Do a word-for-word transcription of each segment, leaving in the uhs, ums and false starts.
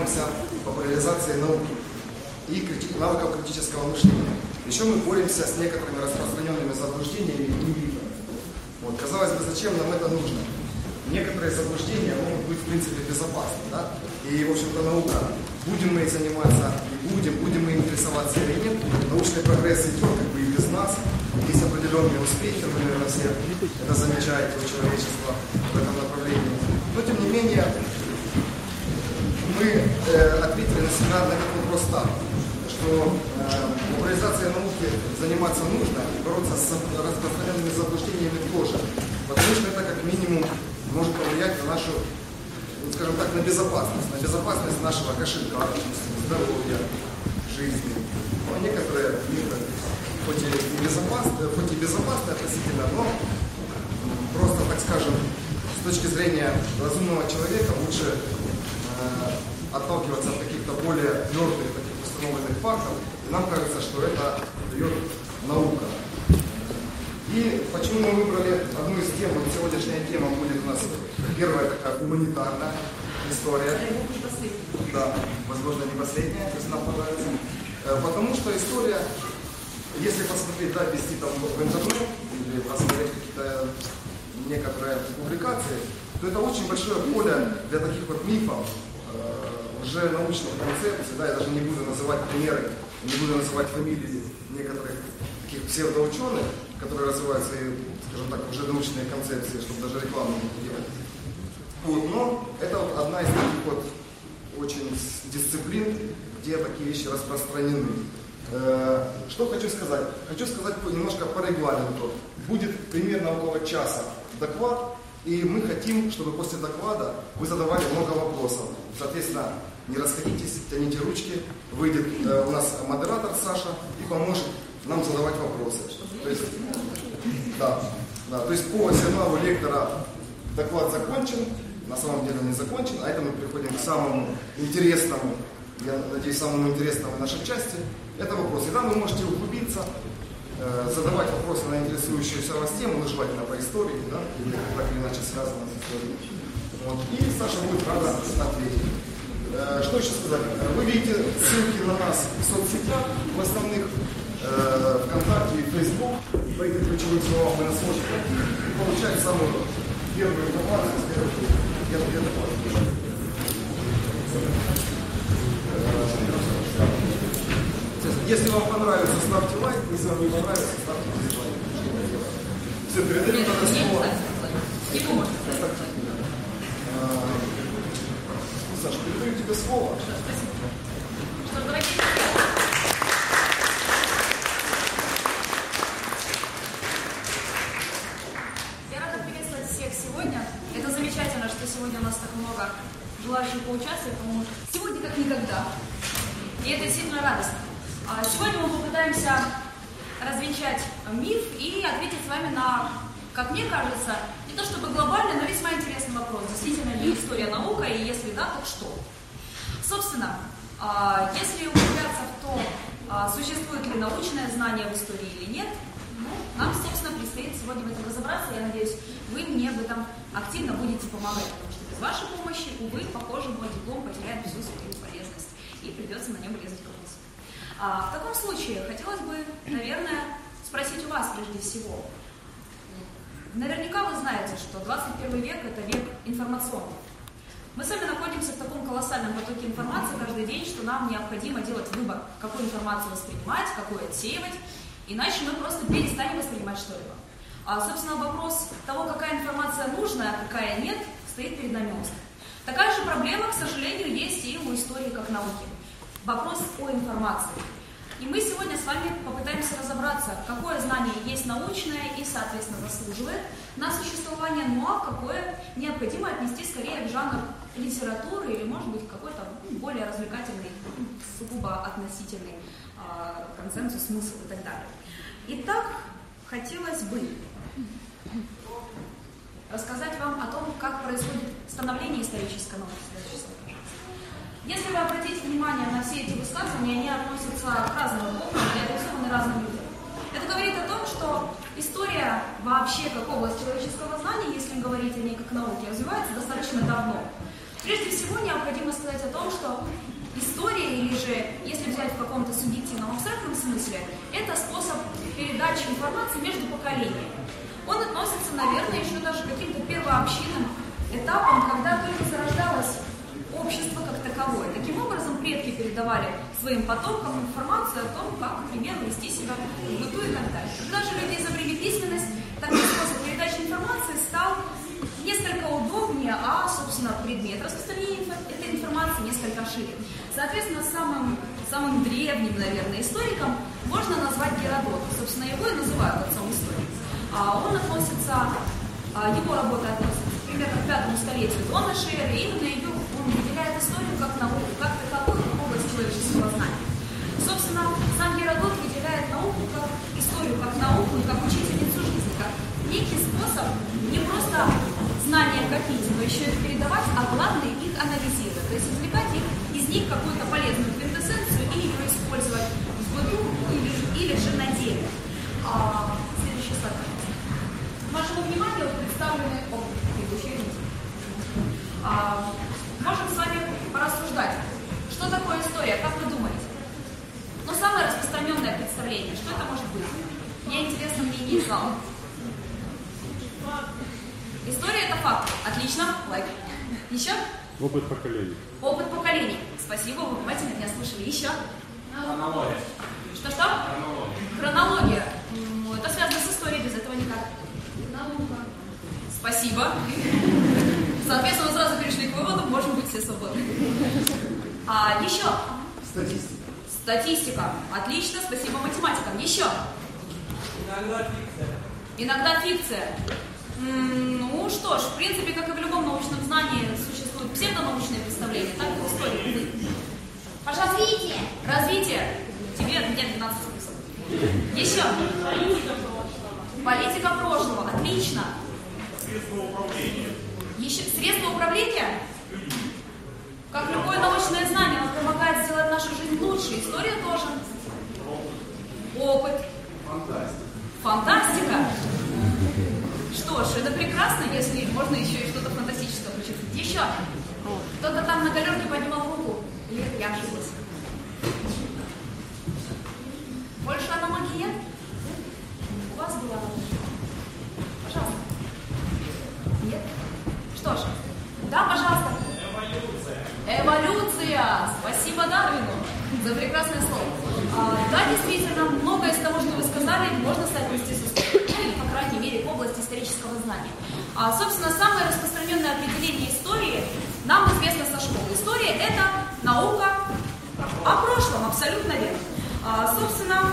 занимаемся популяризацией науки и навыков критического мышления. Еще мы боремся с некоторыми распространенными заблуждениями и мифами. Вот, казалось бы, зачем нам это нужно? Некоторые заблуждения могут быть, в принципе, безопасны. Да? И, в общем-то, наука, будем мы заниматься, не будем, будем мы интересоваться или нет, научный прогресс идет как бы и без нас. Есть определенные успехи, вы, наверное, все это замечаете у человечества в этом направлении. Но, тем не менее, мы э, ответили на себя на этот вопрос так, что э, популяризацией науки заниматься нужно, и бороться с распространенными заблуждениями тоже. Потому что это как минимум может повлиять на нашу, скажем так, на безопасность, на безопасность нашего кошелька, здоровья, жизни. Но некоторые мифы, хоть и безопасные, хоть и безопасные относительно, но просто, так скажем, с точки зрения разумного человека лучше э, отталкиваться от каких-то более твердых, таких установленных фактов. И нам кажется, что это дает наука. И почему мы выбрали одну из тем, вот сегодняшняя тема будет у нас первая такая гуманитарная история. Да, возможно, не последняя, если нам понравится. Потому что история, если посмотреть, да, ввести там в интернет или посмотреть какие-то некоторые публикации, то это очень большое поле для таких вот мифов, уже научных концепций, да, я даже не буду называть примеры, не буду называть фамилии некоторых таких псевдоученых, которые развивают свои, скажем так, уже научные концепции, чтобы даже рекламу не делать. Вот, но это вот одна из таких вот очень дисциплин, где такие вещи распространены. Э, что хочу сказать? Хочу сказать немножко по регламенту. Будет примерно около часа доклад, и мы хотим, чтобы после доклада вы задавали много вопросов. Соответственно, не расходитесь, тяните ручки, выйдет э, у нас модератор Саша и поможет нам задавать вопросы. То есть, да, да, то есть по сигналу лектора доклад закончен, на самом деле он не закончен, а это мы приходим к самому интересному, я надеюсь, самому интересному в нашей части, это вопрос. И там вы можете углубиться, э, задавать вопросы на интересующуюся вас тему, ну, желательно по истории, да, или так или иначе связано с историей. Вот. И Саша будет рада ответить. Э, что еще сказать? Вы видите ссылки на нас в соцсетях, в основных, э, ВКонтакте и Facebook. По этим ключевым словам вы нас можете получать самую первую информацию с первых первых информаций. Если вам понравится, ставьте лайк, если вам не понравится, ставьте дизлайк. Все, передаю тогда слово. Саша, передаю тебе слово. Что, дорогие? Я рада приветствовать всех сегодня. Это замечательно, что сегодня у нас так много желающих поучаствовать, потому что сегодня как никогда. И это действительно радостно. Сегодня мы попытаемся развенчать миф и ответить с вами на, как мне кажется, не то чтобы глобальный, но весьма интересный вопрос. Действительно ли история наука, и если да, то что? Собственно, если углубляться в то, существует ли научное знание в истории или нет, ну, нам, собственно, предстоит сегодня в этом разобраться. Я надеюсь, вы мне в этом активно будете помогать, потому что без вашей помощи, увы, похоже, мой диплом потеряет всю свою полезность, и придется на нем резать колбасу. А, в таком случае хотелось бы, наверное, спросить у вас прежде всего. Наверняка вы знаете, что двадцать первый век – это век информационный. Мы с вами находимся в таком колоссальном потоке информации каждый день, что нам необходимо делать выбор, какую информацию воспринимать, какую отсеивать, иначе мы просто перестанем воспринимать что-либо. А, собственно, вопрос того, какая информация нужна, а какая нет, стоит перед нами остро. Такая же проблема, к сожалению, есть и у истории как науки. Вопрос о информации. И мы сегодня с вами попытаемся разобраться, какое знание есть научное и, соответственно, заслуживает на существование, ну а какое необходимо отнести скорее в жанр литературы или, может быть, какой-то более развлекательный, сугубо относительный э, консенсус, смысл и так далее. Итак, хотелось бы рассказать вам о том, как происходит становление исторической науки. Если вы обратите внимание на все эти высказывания, они относятся к разным эпохам и адресованы разным людям. Это говорит о том, что история вообще как область человеческого знания, если говорить о ней как науке, развивается достаточно давно. Прежде всего необходимо сказать о том, что история, или же, если взять в каком-то субъективном абстрактном смысле, это способ передачи информации между поколениями. Он относится, наверное, еще даже к каким-то первообщинным этапам, когда только зарождалось общество как таковое. Таким образом, предки передавали своим потомкам информацию о том, как, например, вести себя в быту и так далее. Когда же люди изобрели письменность, такой способ передачи информации стал несколько удобнее, а, собственно, предмет распространения этой информации несколько шире. Соответственно, самым, самым древним, наверное, историком можно назвать Геродота. Собственно, его и называют отцом истории. А он относится, его работа относится примерно к пятому столетию до нашей эры, и именно ее он выделяет историю как науку, как таковую, как область человеческого знания. Собственно, сам Геродот выделяет науку как историю, как науку и как учительницу жизни, как некий способ не просто знания копить, но еще их передавать, а главное их анализировать, то есть извлекать их, из них какую-то полезную квинтэссенцию и ее использовать в быту или, или же на деле. А, следующий слайд, пожалуйста. Вашему вниманию представлены опыт предыдущей жизни. А, можем с вами порассуждать, что такое история, как вы думаете? Но самое распространенное представление, что это может быть? Мне интересно мнение зала. История — это факт. Отлично. Лайк. Еще? Опыт поколений. Опыт поколений. Спасибо, вы внимательно меня слышали. Еще? Хронология. Что-что? Хронология. Хронология. Это связано с историей, без этого никак. Наука. Спасибо. Соответственно, мы сразу перешли к выводу, можем быть все свободны. А еще? Статистика. Статистика. Отлично, спасибо математикам. Еще? Иногда фикция. Иногда фикция. М-м, ну что ж, в принципе, как и в любом научном знании, существуют псевдонаучные представления, так и в истории. Пожалуйста. Развитие. Развитие. Тебе от меня двенадцать список. Еще. Политика прошлого. Отлично. Средства управления. Еще средства управления? Как любое научное знание, оно помогает сделать нашу жизнь лучше. История тоже. Опыт. Фантастика. Фантастика. Что ж, это прекрасно, если можно еще и что-то фантастическое включить. Еще. Кто-то там на галерке поднимал руку. Или это я ошиблась? Больше аномалий нет? У вас была? Пожалуйста. Нет? Что ж. Да, пожалуйста. Эволюция. Эволюция. Спасибо Дарвину за прекрасное слово. А, да, действительно, многое из того, что вы сказали, можно соотнести с историей. Или, по крайней мере, в области исторического знания. А, собственно, самое распространенное определение истории нам известно со школы. История — это наука о прошлом, абсолютно верно. А, собственно,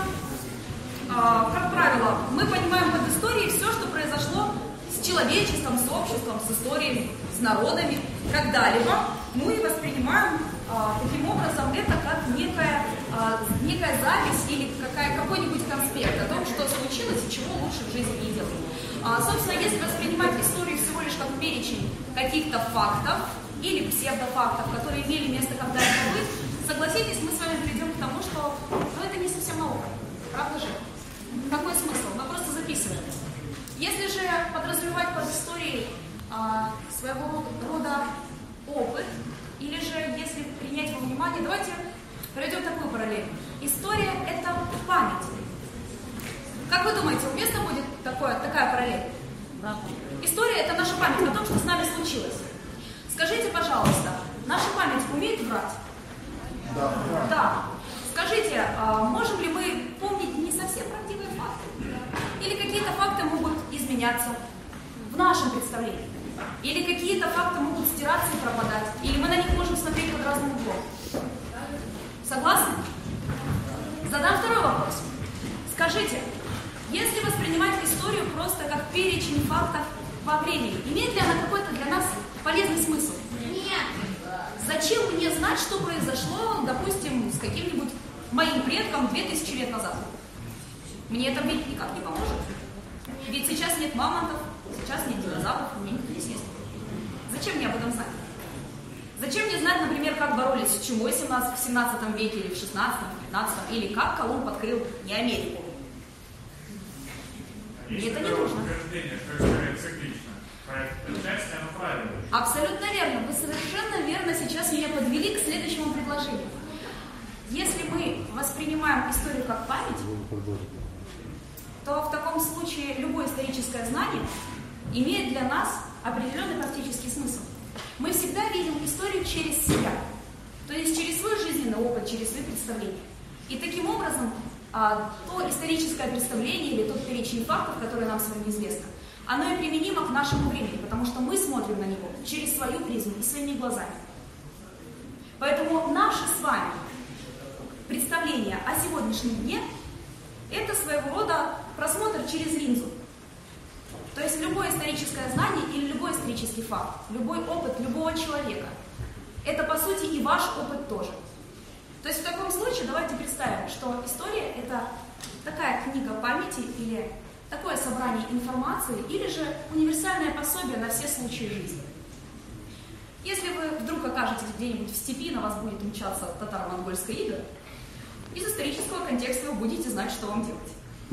а, как правило, мы понимаем под историей все, что произошло с человечеством, с обществом, с историей, с народами, когда-либо. Мы воспринимаем а, таким образом это как некая, а, некая запись или какая, какой-нибудь конспект о том, что случилось и чего лучше в жизни не делать. А, собственно, если воспринимать историю всего лишь как перечень каких-то фактов или псевдофактов, которые имели место когда-либо быть, согласитесь, мы с вами придем к тому, что ну, это не совсем наука. Правда же? Какой смысл? Мы просто записываем. Если же подразумевать под историей а, своего рода опыт, или же если принять во внимание, давайте проведем такую параллель. История — это память. Как вы думаете, уместно будет такое, такая параллель? Да. История — это наша память о том, что с нами случилось. Скажите, пожалуйста, наша память умеет врать? Да. Да. Скажите, а можем ли мы помнить не совсем правдивые факты? Или какие-то факты могут изменяться в нашем представлении? Или какие-то факты могут стираться и пропадать? Или мы на них можем смотреть под разным углом? Согласны? Задам второй вопрос. Скажите, если воспринимать историю просто как перечень фактов во времени, имеет ли она какой-то для нас полезный смысл? Нет. Зачем мне знать, что произошло, допустим, с каким-нибудь моим предком две тысячи лет назад? Мне это ведь никак не поможет. Ведь сейчас нет мамонтов, сейчас нет динозавров, мне никто не съест. Зачем мне об этом знать? Зачем мне знать, например, как боролись с чумой в семнадцатом веке, или в шестнадцатом, пятнадцатом, или как Колумб открыл не Америку? Мне это не нужно. Утверждение, что история циклична. Часть, она правильная. Абсолютно верно. Вы совершенно верно сейчас меня подвели к следующему предложению. Если мы воспринимаем историю как память, то в таком случае любое историческое знание имеет для нас определенный фактический смысл. Мы всегда видим историю через себя, то есть через свой жизненный опыт, через свои представления. И таким образом то историческое представление или тот перечень фактов, который нам с вами известно, оно и применимо к нашему времени, потому что мы смотрим на него через свою призму и своими глазами. Поэтому наше с вами представление о сегодняшнем дне – это своего рода просмотр через линзу. То есть любое историческое знание или любой исторический факт, любой опыт любого человека – это, по сути, и ваш опыт тоже. То есть в таком случае давайте представим, что история – это такая книга памяти или такое собрание информации, или же универсальное пособие на все случаи жизни. Если вы вдруг окажетесь где-нибудь в степи, на вас будет мчаться татаро-монгольская ига, из исторического контекста вы будете знать, что вам делать.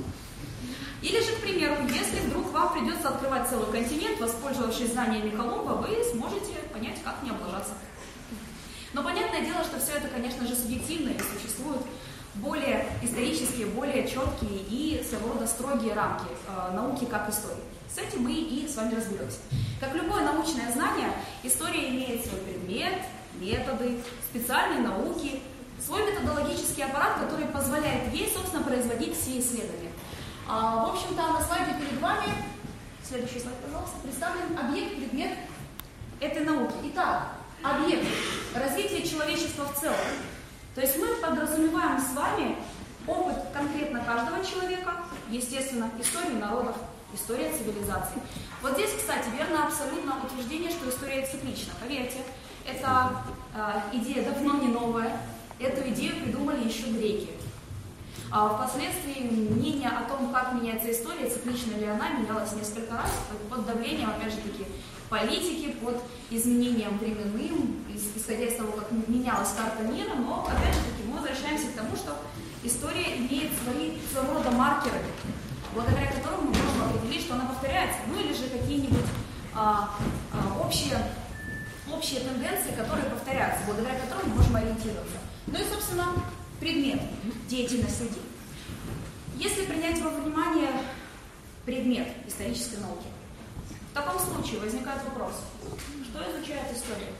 Или же, к примеру, если вдруг вам придется открывать целый континент, воспользовавшись знаниями Колумба, вы сможете понять, как не облажаться. Но понятное дело, что все это, конечно же, субъективно, и существуют более исторические, более четкие и своего рода строгие рамки э, науки как истории. С этим мы и с вами разберемся. Как любое научное знание, история имеет свой предмет, методы, специальные науки, свой методологический аппарат, который позволяет ей, собственно, производить все исследования. А, в общем-то, на слайде перед вами, следующий слайд, пожалуйста, представлен объект, предмет этой науки. Итак, объект развития человечества в целом. То есть мы подразумеваем с вами опыт конкретно каждого человека, естественно, историю народов, история цивилизаций. Вот здесь, кстати, верно абсолютно утверждение, что история циклична. Поверьте, эта э, идея давно не новая, эту идею придумали еще греки. А впоследствии мнение о том, как меняется история, циклична ли она, менялось несколько раз под давлением, опять же таки, политики, под изменением временным, исходя из того, как менялась карта мира, но, опять же таки, мы возвращаемся к тому, что история имеет свои своего рода маркеры, благодаря которым мы можем определить, что она повторяется, ну или же какие-нибудь а, а, общие, общие тенденции, которые повторяются, благодаря которым мы можем ориентироваться. Ну и, собственно, предмет деятельности людей. Если принять во внимание предмет исторической науки, в таком случае возникает вопрос, что изучает история?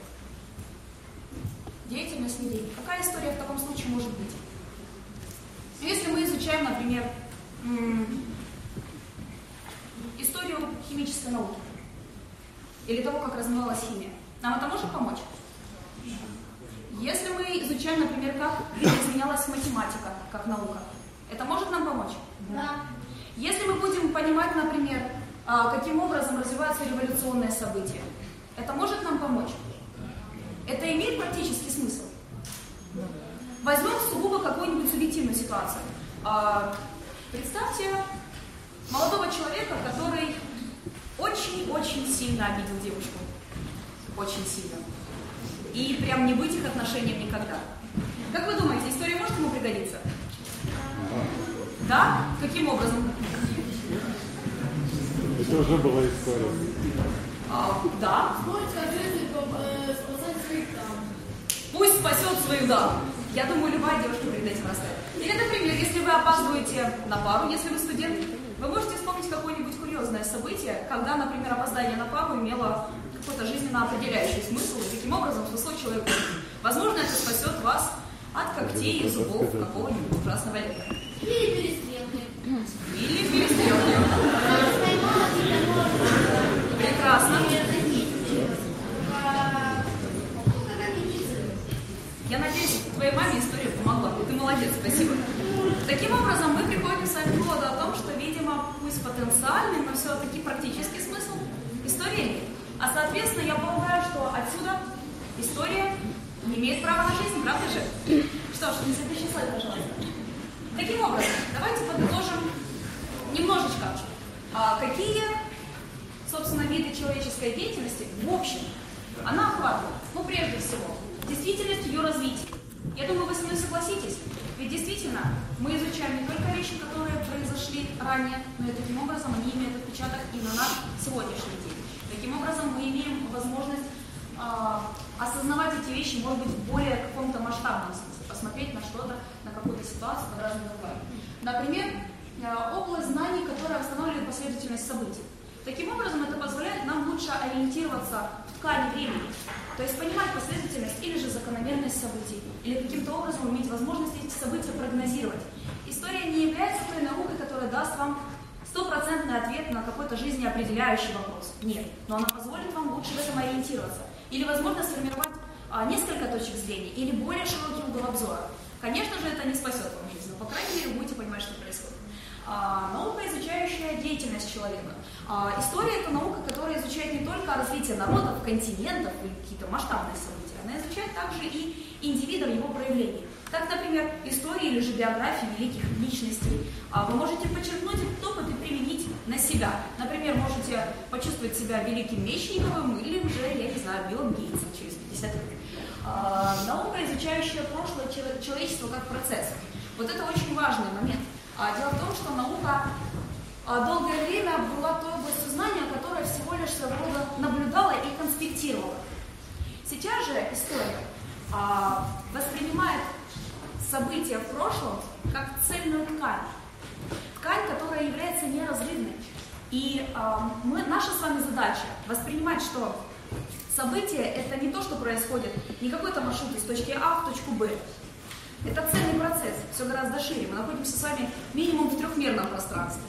Деятельность людей. Какая история в таком случае может быть? Если мы изучаем, например, историю химической науки или того, как развивалась химия, нам это может помочь? Если мы изучаем, например, как изменялась математика как наука, это может нам помочь? Да. Если мы будем понимать, например, каким образом развиваются революционные события, это может нам помочь? Это имеет практический смысл? Возьмем сугубо какую-нибудь субъективную ситуацию. Представьте молодого человека, который очень-очень сильно обидел девушку. Очень сильно. И прям не быть их отношениям никогда. Как вы думаете, история может ему пригодиться? Да? Каким образом? Это уже была история. А, да. Пусть спасет свою даму. Я думаю, любая девушка перед этим растает. Или, например, если вы опаздываете на пару, если вы студент, вы можете вспомнить какое-нибудь курьезное событие, когда, например, опоздание на пару имело какой-то жизненно определяющий смысл, и таким образом спасло человека. Возможно, это спасет вас от когтей и зубов какого-нибудь ужасного лекаря. Или перестрелки. Или перестрелки. Прекрасно. Я надеюсь, твоей маме история помогла. Ты молодец, спасибо. Таким образом, мы приходим с вами к выводу о том, что, видимо, пусть потенциальный, но все-таки практический смысл истории имеет. А, соответственно, я полагаю, что отсюда история не имеет права на жизнь, правда же? Что ж, не следующий слайд, пожалуйста. Таким образом, давайте подытожим немножечко, а, какие, собственно, виды человеческой деятельности в общем она охватывает. Ну, прежде всего, действительность ее развития. Я думаю, вы со мной согласитесь, ведь действительно мы изучаем не только вещи, которые произошли ранее, но и таким образом они имеют отпечаток и на наш сегодняшний день. Таким образом, мы имеем возможность а, осознавать эти вещи, может быть, в более каком-то масштабном смысле, посмотреть на что-то, на какую-то ситуацию под разным углом. Например, область знаний, которая восстанавливает последовательность событий. Таким образом, это позволяет нам лучше ориентироваться в ткани времени, то есть понимать последовательность или же закономерность событий, или каким-то образом иметь возможность эти события прогнозировать. История не является той наукой, которая даст вам стопроцентный ответ на какой-то жизнеопределяющий вопрос. Нет, но она позволит вам лучше в этом ориентироваться. Или, возможно, сформировать а, несколько точек зрения, или более широкий угол обзора. Конечно же, это не спасет вам жизнь, но, по крайней мере, вы будете понимать, что происходит. А, наука, изучающая деятельность человека. А, история – это наука, которая изучает не только развитие народов, континентов или какие-то масштабные события, она изучает также и индивида в его проявлении. Так, например, истории или же биографии великих личностей. А, вы можете подчеркнуть этот опыт и применить на себя. Например, можете почувствовать себя великим Мечниковым или уже, я не знаю, Биллом Гейтсом через пятьдесят лет. А, наука, изучающая прошлое человечества как процесс. Вот это очень важный момент. А, дело в том, что наука а, долгое время была той областью знания, которая всего лишь своего рода наблюдала и конспектировала. Сейчас же история а, воспринимает события в прошлом как цельную ткань. Ткань, которая является неразрывной. И э, мы, наша с вами задача воспринимать, что событие – это не то, что происходит, не какой-то маршрут из точки А в точку Б. Это цельный процесс, все гораздо шире. Мы находимся с вами минимум в трехмерном пространстве.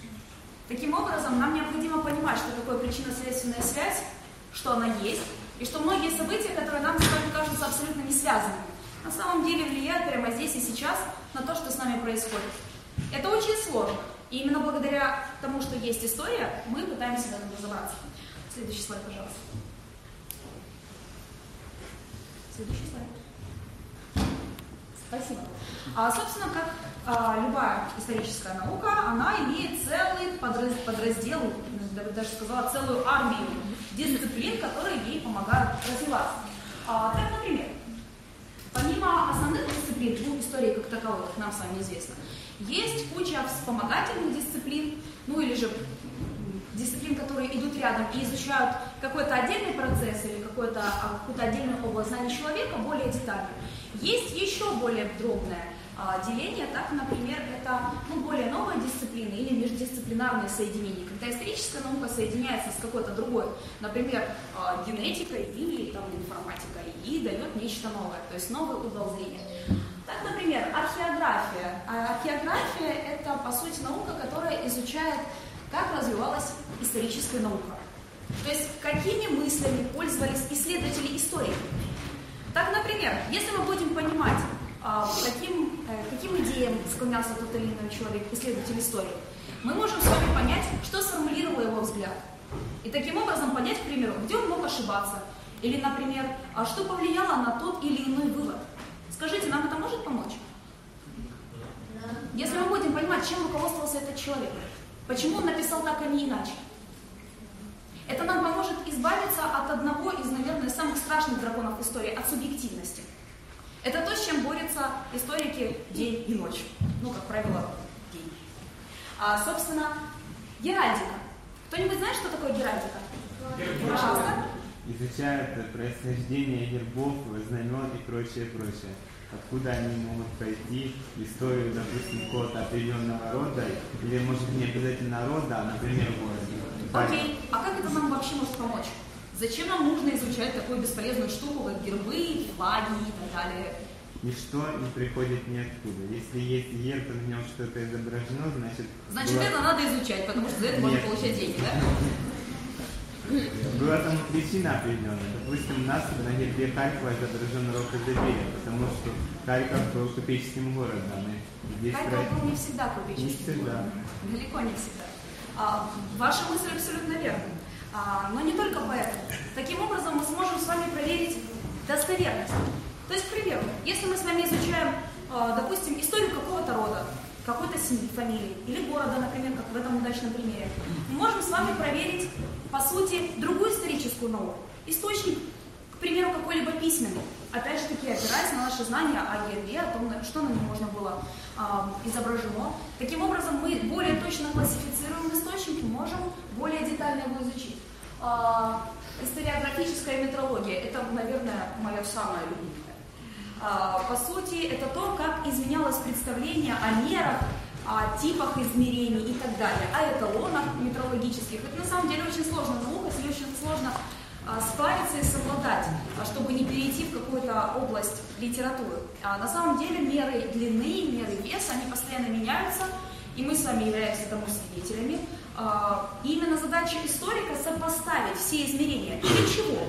Таким образом, нам необходимо понимать, что такое причинно-следственная связь, что она есть, и что многие события, которые нам с вами кажутся абсолютно не связанными, на самом деле влияет прямо здесь и сейчас на то, что с нами происходит. Это очень сложно. И именно благодаря тому, что есть история, мы пытаемся в этом разобраться. Следующий слайд, пожалуйста. Следующий слайд. Спасибо. А, собственно, как а, любая историческая наука, она имеет целый подраз, подраздел, я бы даже сказала, целую армию дисциплин, которые ей помогают развиваться. А, так, например, помимо основных дисциплин, ну, истории как таковой, как нам с вами известно, есть куча вспомогательных дисциплин, ну или же дисциплин, которые идут рядом и изучают какой-то отдельный процесс или какую-то, какую-то отдельную область знаний человека более детально. Есть еще более дробное а, деление, так, например, это ну, более новые дисциплины или междисциплинарные соединения, когда историческая наука соединяется с какой-то другой, например, а, генетикой или там, информатикой, и дает нечто новое, то есть новый угол зрения. Так, например, археография. А археография – это, по сути, наука, которая изучает, как развивалась историческая наука. То есть, какими мыслями пользовались исследователи истории. Так, например, если мы будем понимать, каким, каким идеям склонялся тот или иной человек, исследователь истории, мы можем с вами понять, что сформулировало его взгляд. И таким образом понять, к примеру, где он мог ошибаться. Или, например, что повлияло на тот или иной вывод. Скажите, нам это может помочь? Да. Если мы будем понимать, чем руководствовался этот человек, почему он написал так, а не иначе, это нам поможет избавиться от одного из, наверное, самых страшных драконов истории, от субъективности. Это то, с чем борются историки день и ночь. Ну, как правило, день. А, собственно, геральдика. Кто-нибудь знает, что такое геральдика? Пожалуйста. Изучают происхождение гербов, знамен и прочее, прочее. Откуда они могут пройти историю, допустим, какого-то определенного рода, или, может, не обязательно рода, а, например, города. Окей, а как это нам вообще может помочь? Зачем нам нужно изучать такую бесполезную штуку, как гербы, флаги и так далее? Ничто не приходит ниоткуда. Если есть герб, и на нем что-то изображено, значит... Значит, было... это надо изучать, потому что за это можно получать деньги, да? Была там причина определенная. Допустим, у нас на гербе Харькова изображен рог изобилия, потому что Харьков был купеческим городом. Здесь Харьков про... был не всегда купеческим городом. Далеко не всегда. А, ваша мысль абсолютно верна. А, но не только поэтому. Таким образом, мы сможем с вами проверить достоверность. То есть, к примеру, если мы с вами изучаем, а, допустим, историю какого-то рода, какой-то семьи, фамилии или города, например, как в этом удачном примере, мы можем с вами проверить, по сути, другую историческую науку. Источник, к примеру, какой-либо письменный. Опять же таки, опираясь на наши знания о гербе, о том, что на нем можно было а, изображено. Таким образом, мы более точно классифицируем источник и можем более детально его изучить. А, историографическая метрология – это, наверное, мое самое любимое. А, по сути, это то, как изменялось представление о мерах, о типах измерений и так далее, о эталонах метрологических. Это на самом деле очень сложная наука, с ней очень сложно а, справиться и совладать, а, чтобы не перейти в какую-то область литературы. А, на самом деле меры длины, меры веса, они постоянно меняются, и мы с вами являемся тому свидетелями. А, и именно задача историка сопоставить все измерения. Для чего?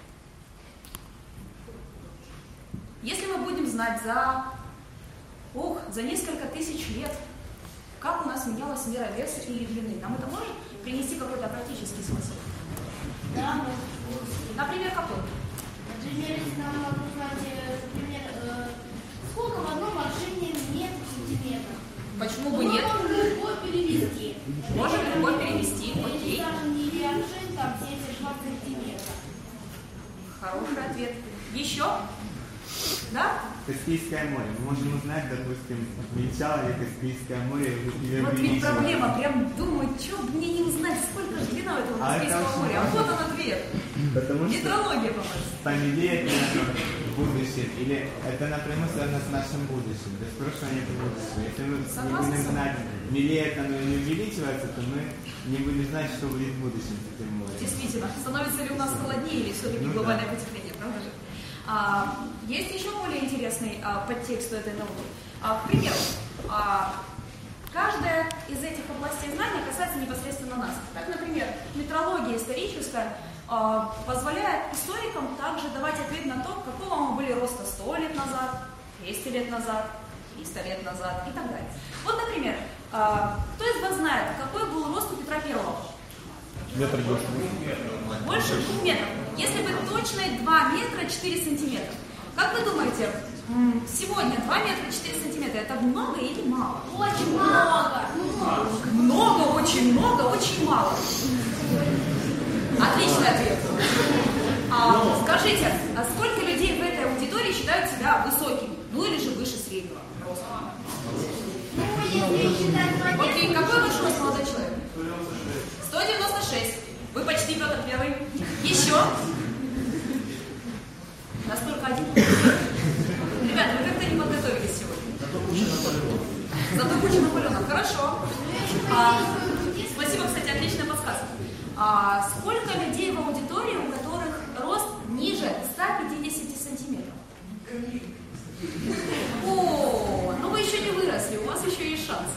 Если мы будем знать за, ох, за несколько тысяч лет, как у нас менялась мера веса или длины, нам это может принести какой-то практический смысл? Да, Например, какой? например, если нам надо узнать, например, э, сколько в одном аршине метров сантиметров. Почему бы нет? Мы можем легко перевести. Можем легко перевести, окей. Если даже не аршин, там семьдесят два сантиметра. Хороший ответ. Еще? Да? Каспийское море. Мы можем узнать, допустим, уменьшало ли Каспийское море или Вот ведь увеличило. проблема, прям думаю, что мне не узнать, сколько же длина этого А это Каспийского очень моря. А важно. вот он ответ. Потому что Метрология поможет. помелеет ли оно в будущем, или это напрямую связано с нашим будущим, без прошлого нет будущего. Если мы не Согласна будем с знать, мелеет оно или увеличивается, то мы не будем знать, что будет в будущем с этим морем. Действительно, становится ли у нас холоднее или все-таки Ну да. глобальное потепление, правда же? А, есть еще более интересный а, подтекст у этой науки. А, к примеру, а, каждая из этих областей знания касается непосредственно нас. Так, например, метрология историческая а, позволяет историкам также давать ответ на то, какого мы были роста сто лет назад, двести лет назад, триста лет назад и так далее. Вот, например, а, кто из вас знает, какой был рост у Петра Первого? Метр девяносто. Больше двух метров. Если быть точной, два метра четыре сантиметра. Как вы думаете, м, сегодня два метра четыре сантиметра это много или мало? Очень много. Много, очень много, очень мало. Отличный ответ. А, скажите, а сколько людей в этой аудитории считают себя высокими? Ну или же выше среднего роста? Ну, если считать монеты, Окей, какой ваш рост, молодой человек? сто девяносто шесть. Вы почти Петр Первый. Еще? Настолько один. Ребята, вы как-то не подготовились сегодня. Зато куча Наполеонов. Хорошо. А, спасибо, кстати, отличная подсказка. А, сколько людей в аудитории, у которых рост ниже ста пятидесяти сантиметров? О, ну вы еще не выросли, у вас еще есть шанс.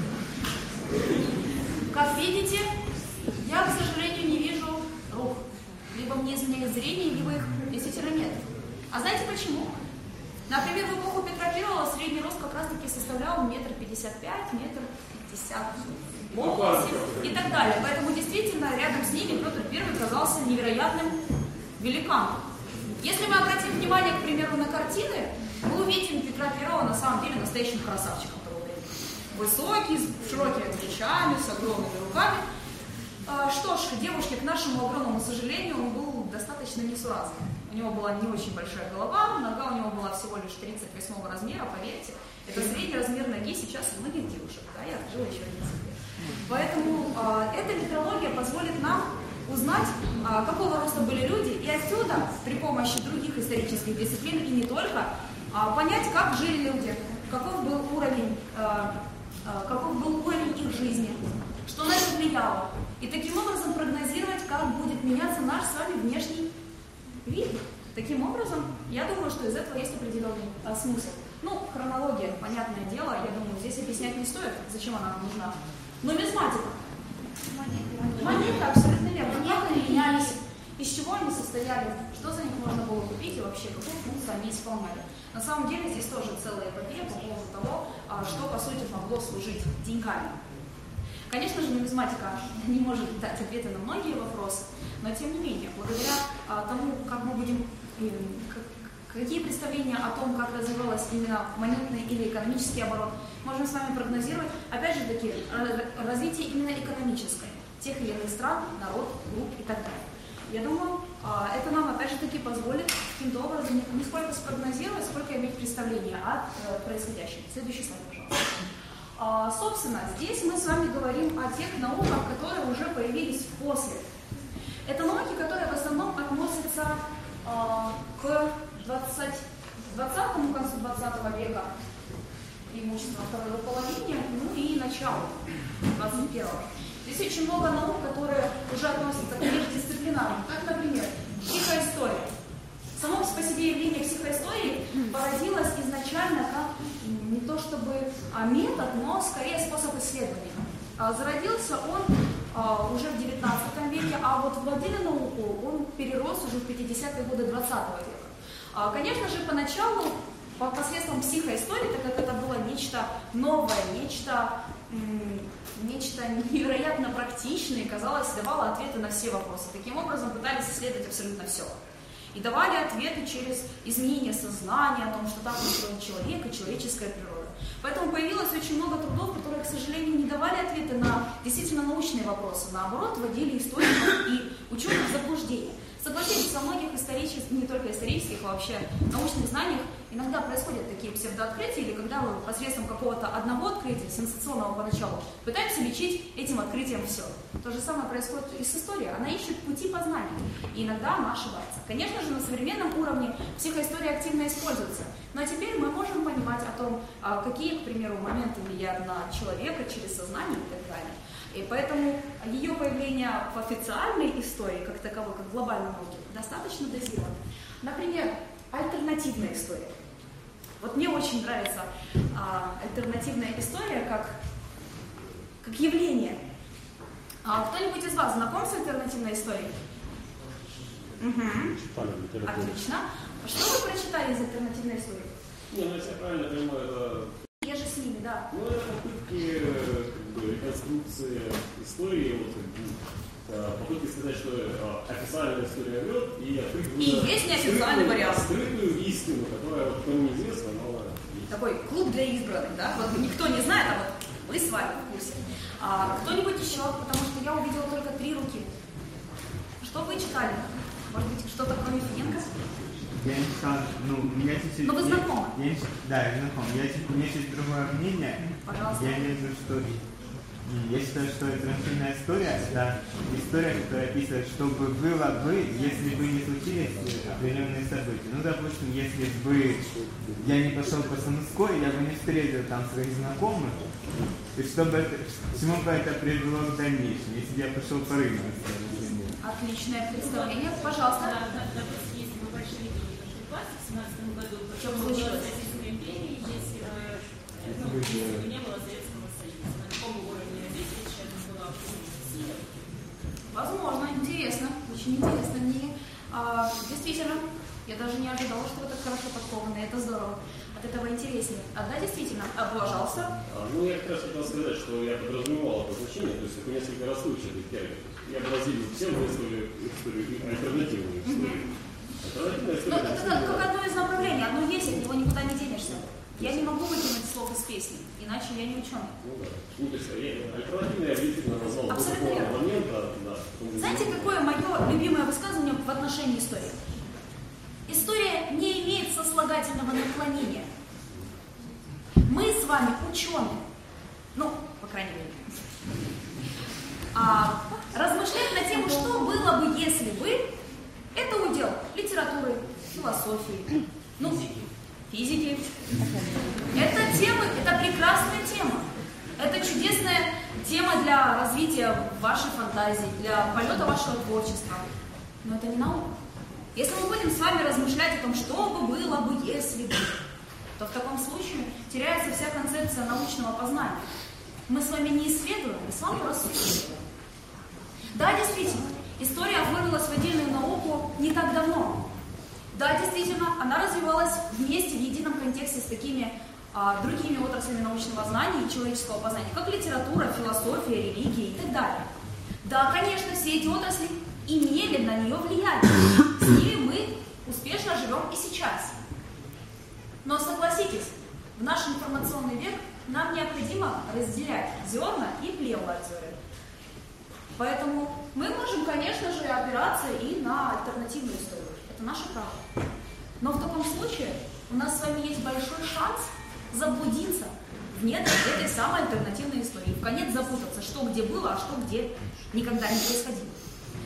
Как видите, я, к сожалению, не вижу рук. Либо мне изменяет зрение, либо их действительно нет. А знаете почему? Например, в эпоху Петра Первого средний рост как раз-таки составлял метр пятьдесят пять, метр пятьдесят восемь и так далее. Поэтому действительно рядом с ними Петр Первый казался невероятным великаном. Если мы обратим внимание, к примеру, на картины, мы увидим Петра Первого на самом деле настоящим красавчиком того времени. Высокий, с широкими плечами, с огромными руками. А, что ж, девушке, к нашему огромному сожалению, он был достаточно несуразный. У него была не очень большая голова, нога у него была всего лишь тридцать восьмого размера, поверьте. Это средний размер ноги сейчас у многих девушек, да, я открыла еще один секрет. Поэтому а, эта метрология позволит нам узнать, а, какого роста были люди, и отсюда, при помощи других исторических дисциплин, и не только, а, понять, как жили люди, каков был уровень, а, а, каков был уровень их жизни, что на это влияло. И таким образом прогнозировать, как будет меняться наш с вами внешний вид. Таким образом, я думаю, что из этого есть определенный а, смысл. Ну, хронология, понятное дело, я думаю, здесь объяснять не стоит, зачем она нам нужна. Нумизматика. Монеты, абсолютно верно. Как они менялись, из чего они состояли, что за них можно было купить и вообще какую функцию они исполняли. На самом деле здесь тоже целая эпопея по поводу того, а, что по сути могло служить деньгами. Конечно же, нумизматика не может дать ответы на многие вопросы, но тем не менее, благодаря а, тому, как мы будем, э, как, какие представления о том, как развивалась именно монетный или экономический оборот, можем с вами прогнозировать, опять же таки, развитие именно экономическое, тех или иных стран, народ, групп и так далее. Я думаю, а, это нам опять же таки позволит каким-то образом не сколько спрогнозировать, сколько иметь представление о э, происходящем. Следующий слайд, пожалуйста. А, собственно, здесь мы с вами говорим о тех науках, которые уже появились после. Это науки, которые в основном относятся э, к двадцатому, концу двадцатого века, преимущественно второй половине, ну и началу двадцать первого. Здесь очень много наук, которые уже относятся к междисциплинарным, как, например, психоистория. Само по себе явление психоистории породилось изначально как не то чтобы метод, но скорее способ исследования. Зародился он уже в девятнадцатом веке, а вот в отдельную науку он перерос уже в пятидесятые годы двадцатого века. Конечно же, поначалу посредством психоистории, так как это было нечто новое, нечто, нечто невероятно практичное, казалось, давало ответы на все вопросы. Таким образом, пытались исследовать абсолютно все. И давали ответы через изменение сознания, о том, что так устроен человек и человеческая природа. Поэтому появилось очень много трудов, которые, к сожалению, не давали ответы на действительно научные вопросы. Наоборот, вводили историков и ученых в заблуждение. Согласитесь, во многих исторических, не только исторических, а вообще научных знаниях иногда происходят такие псевдооткрытия, или когда мы посредством какого-то одного открытия, сенсационного поначалу, пытаемся лечить этим открытием все. То же самое происходит и с историей. Она ищет пути познания, и иногда она ошибается. Конечно же, на современном уровне психоистория активно используется, но теперь мы можем понимать о том, какие, к примеру, моменты влияют на человека через сознание и так далее. И поэтому ее появление в официальной истории, как таковой, как глобальной науке, достаточно дозировано. Например, альтернативная история. Вот мне очень нравится а, альтернативная история как, как явление. А, кто-нибудь из вас знаком с альтернативной историей? Угу. Отлично. Что вы прочитали из альтернативной истории? Не, ну если я правильно понимаю, это... Я же с ними, да. Ну, это попытки как бы, реконструкции истории, вот, попытки сказать, что официальная история врет, и открыть и есть неофициальный вариант. Скрытую истину, которая вот, никому неизвестна, но она есть. Такой клуб для избранных, да? Вот никто не знает, а вот вы с вами в курсе. А кто-нибудь еще, потому что я увидела только три руки. Что вы читали? Может быть, что-то кроме Финенко? Я не читал, ну, у меня чуть-чуть... Но вы знакомы? Я, я, да, я знаком. Я, у меня чуть другое мнение. Пожалуйста. Я вижу, что... Я считаю, что альтернативная история – это история, которая описывает, что бы было бы, если бы не случились определенные события. Ну, допустим, если бы я не пошел по Самуской, я бы не встретил там своих знакомых, и чтобы это, к чему бы это привело в дальнейшем, если бы я пошел по рынку. Отличное представление. Пожалуйста. Если бы большевики не пошли в власть в семнадцатом году, то что бы случилось? Российской империи, если бы, ну, если бы не было Советского Союза, на каком уровне развития сейчас была Россия? Возможно, интересно, очень интересно мне. А, действительно, я даже не ожидала, что вы так хорошо подкованы, это здорово. От этого интереснее. А да, действительно. А, пожалуйста. А, ну, я как раз хотел сказать, что я подразумевал это значение, то есть это несколько раз выше этих терминов. Я бы разделил всем выставили историю, альтернативную историю. Альтернативная история. Ну, это как, как одно из направлений, одно есть, от него никуда не денешься. Я не могу выкинуть слов из песни, иначе я не ученый. Ну да. Ну, то есть я, альтернативная я действительно назвал до абсолютно такого момента. Да, знаете, какое мое любимое высказывание в отношении истории? История не имеет сослагательного наклонения. Мы с вами ученые. Ну, по крайней мере. А размышлять на тему, что было бы, если бы, это удел литературы, философии, ну, физики. Это темы, это прекрасная тема. Это чудесная тема для развития вашей фантазии, для полета вашего творчества. Но это не наука. Если мы будем с вами размышлять о том, что бы было бы, если бы, то в таком случае теряется вся концепция научного познания. Мы с вами не исследуем, мы с вами рассуждаем. Да, действительно, история вырвалась в отдельную науку не так давно. Да, действительно, она развивалась вместе в едином контексте с такими а, другими отраслями научного знания и человеческого познания, как литература, философия, религия и так далее. Да, конечно, все эти отрасли имели на нее влияние. С ними мы успешно живем и сейчас. Но согласитесь, в наш информационный век нам необходимо разделять зерна и плеву от зерен. Поэтому мы можем, конечно же, опираться и на альтернативную историю. Это наше право. Но в таком случае у нас с вами есть большой шанс заблудиться в недре этой самой альтернативной истории. В конец запутаться, что где было, а что где никогда не происходило.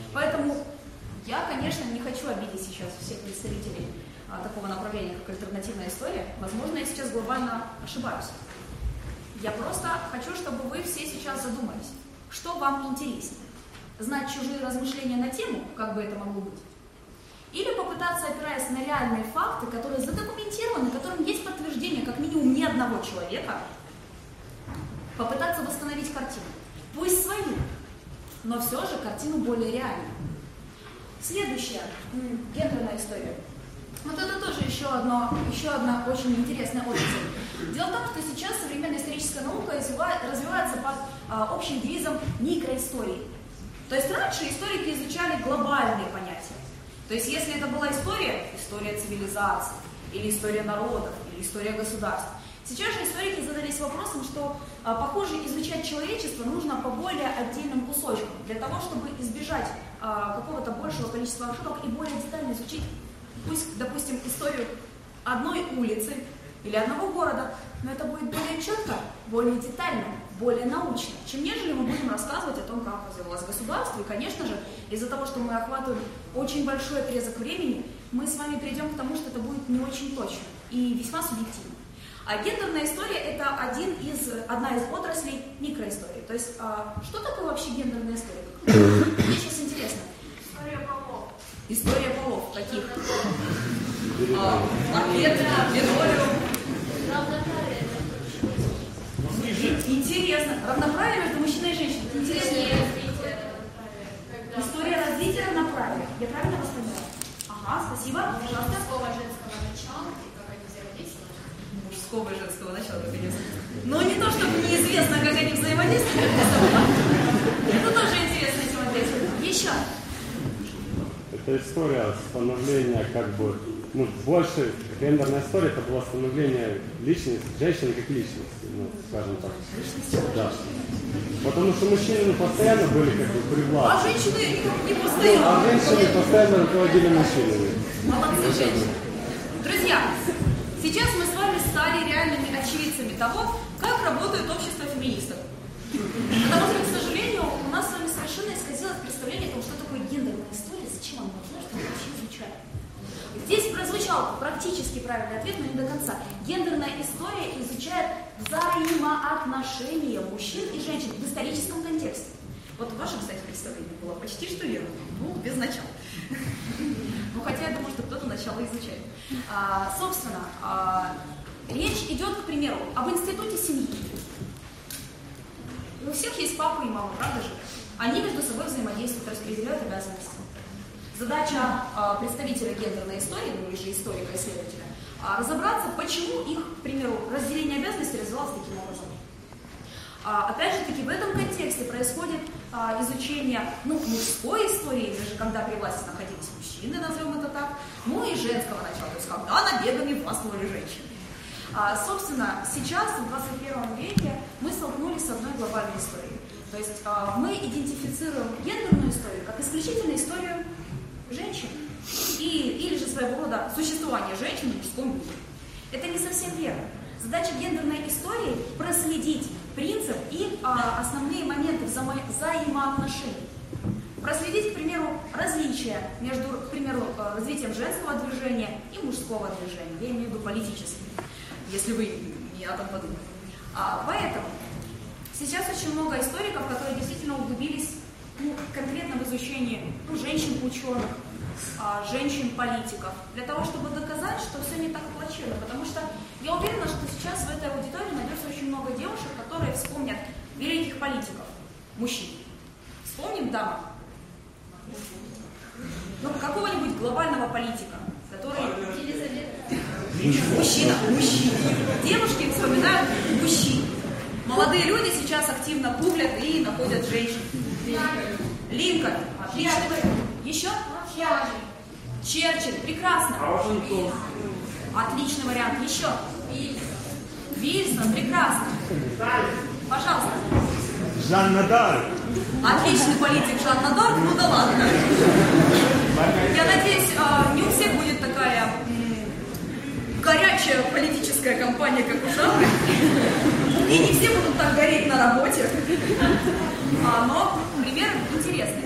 Поэтому я, конечно, не хочу обидеть сейчас всех представителей а, такого направления, как альтернативная история. Возможно, я сейчас глобально ошибаюсь. Я просто хочу, чтобы вы все сейчас задумались, что вам интереснее. Знать чужие размышления на тему, как бы это могло быть, или попытаться, опираясь на реальные факты, которые задокументированы, которым есть подтверждение как минимум ни одного человека, попытаться восстановить картину. Пусть свою, но все же картину более реальную. Следующая м, гендерная история. Вот это тоже еще, одно, еще одна очень интересная отрасль. Дело в том, что сейчас современная историческая наука развивается под а, общим девизом микроистории. То есть раньше историки изучали глобальные понятия. То есть если это была история, история цивилизации, или история народов, или история государств. Сейчас же историки задались вопросом, что, а, похоже, изучать человечество нужно по более отдельным кусочкам, для того, чтобы избежать а, какого-то большего количества ошибок и более детально изучить, пусть, допустим, историю одной улицы или одного города, но это будет более четко, более детально, более научно, чем нежели мы будем рассказывать о том, как развивалось государство. И, конечно же, из-за того, что мы охватываем очень большой отрезок времени, мы с вами придем к тому, что это будет не очень точно и весьма субъективно. А гендерная история – это один из, одна из отраслей микроистории. То есть, а, что такое вообще гендерная история? Мне сейчас интересно. История полов. История полов. Каких? А, Портрет, линолеум. Равноправие. Интересно. Равноправие между мужчиной и женщиной. Интересно. Развитие равноправия. История развития равноправия. Я правильно вас поняла? Ага, спасибо. Пожалуйста. Мужского и женского начала и как они взаимодействуют. Мужского и женского начала, наконец. Но не то, чтобы неизвестно, как они взаимодействуют. Это тоже интересная тема для исследования. Еще. Это история становления, как бы, ну, больше гендерная история, это было становление личности, женщины как личности, ну, скажем так. Да. Потому что мужчины ну, постоянно были как бы при А власти. женщины не Ну, постоянно. а женщины постоянно руководили мужчинами. Молодцы, женщины. Друзья, сейчас мы с вами стали реальными очевидцами того, как работает общество феминисток. Потому что, к сожалению, у нас с вами совершенно исказилось представление о том, что такое гендерная история, зачем она нужна, что мы вообще изучаем. Здесь прозвучал практически правильный ответ, но не до конца. Гендерная история изучает взаимоотношения мужчин и женщин в историческом контексте. Вот ваше, кстати, представление было почти что верно, ну, без начала. Ну, хотя я думаю, что кто-то начало изучает. А, собственно, а, речь идет, к примеру, об институте семьи. У всех есть папа и мама, правда же? Они между собой взаимодействуют, распределяют обязанности. Задача а, представителя гендерной истории, ну или же историка-исследователя, а, разобраться, почему их, к примеру, разделение обязанностей развивалось таким образом. А, опять же таки, в этом контексте происходит а, изучение ну, мужской истории, даже когда при власти находились мужчины, назовем это так, ну и женского начала, то есть когда набегами властвовали женщины. А, собственно, сейчас, в двадцать первом веке, мы столкнулись с одной глобальной историей. То есть а, мы идентифицируем гендерную историю как исключительно историю женщин и, или же своего рода существование женщин в мужском мире. Это не совсем верно. Задача гендерной истории – проследить принцип и а, основные моменты взаимо взаимоотношений. Проследить, к примеру, различия между, к примеру, развитием женского движения и мужского движения. Я имею в виду политически, если вы не о том подумали. А, поэтому сейчас очень много историков, которые действительно углубились ну, конкретно в изучении ну, женщин-ученых, а, женщин-политиков, для того, чтобы доказать, что все не так плачевно. Потому что я уверена, что сейчас в этой аудитории найдется очень много девушек, которые вспомнят великих политиков, мужчин. Вспомним даму. Ну, какого-нибудь глобального политика, который... Мужчина, мужчина. Девушки вспоминают мужчин. Молодые люди сейчас активно гуглят и находят женщин. Линкольн. Отлично. Еще? Черчилль. Прекрасно. Отличный вариант. Еще? Вильсон. Прекрасно. Пожалуйста. Жанна Дарк. Отличный политик Жанна Дарк, ну да ладно. Я надеюсь, не у всех будет такая горячая политическая кампания, как у Жанны. И не все будут так гореть на работе. Но пример интересный.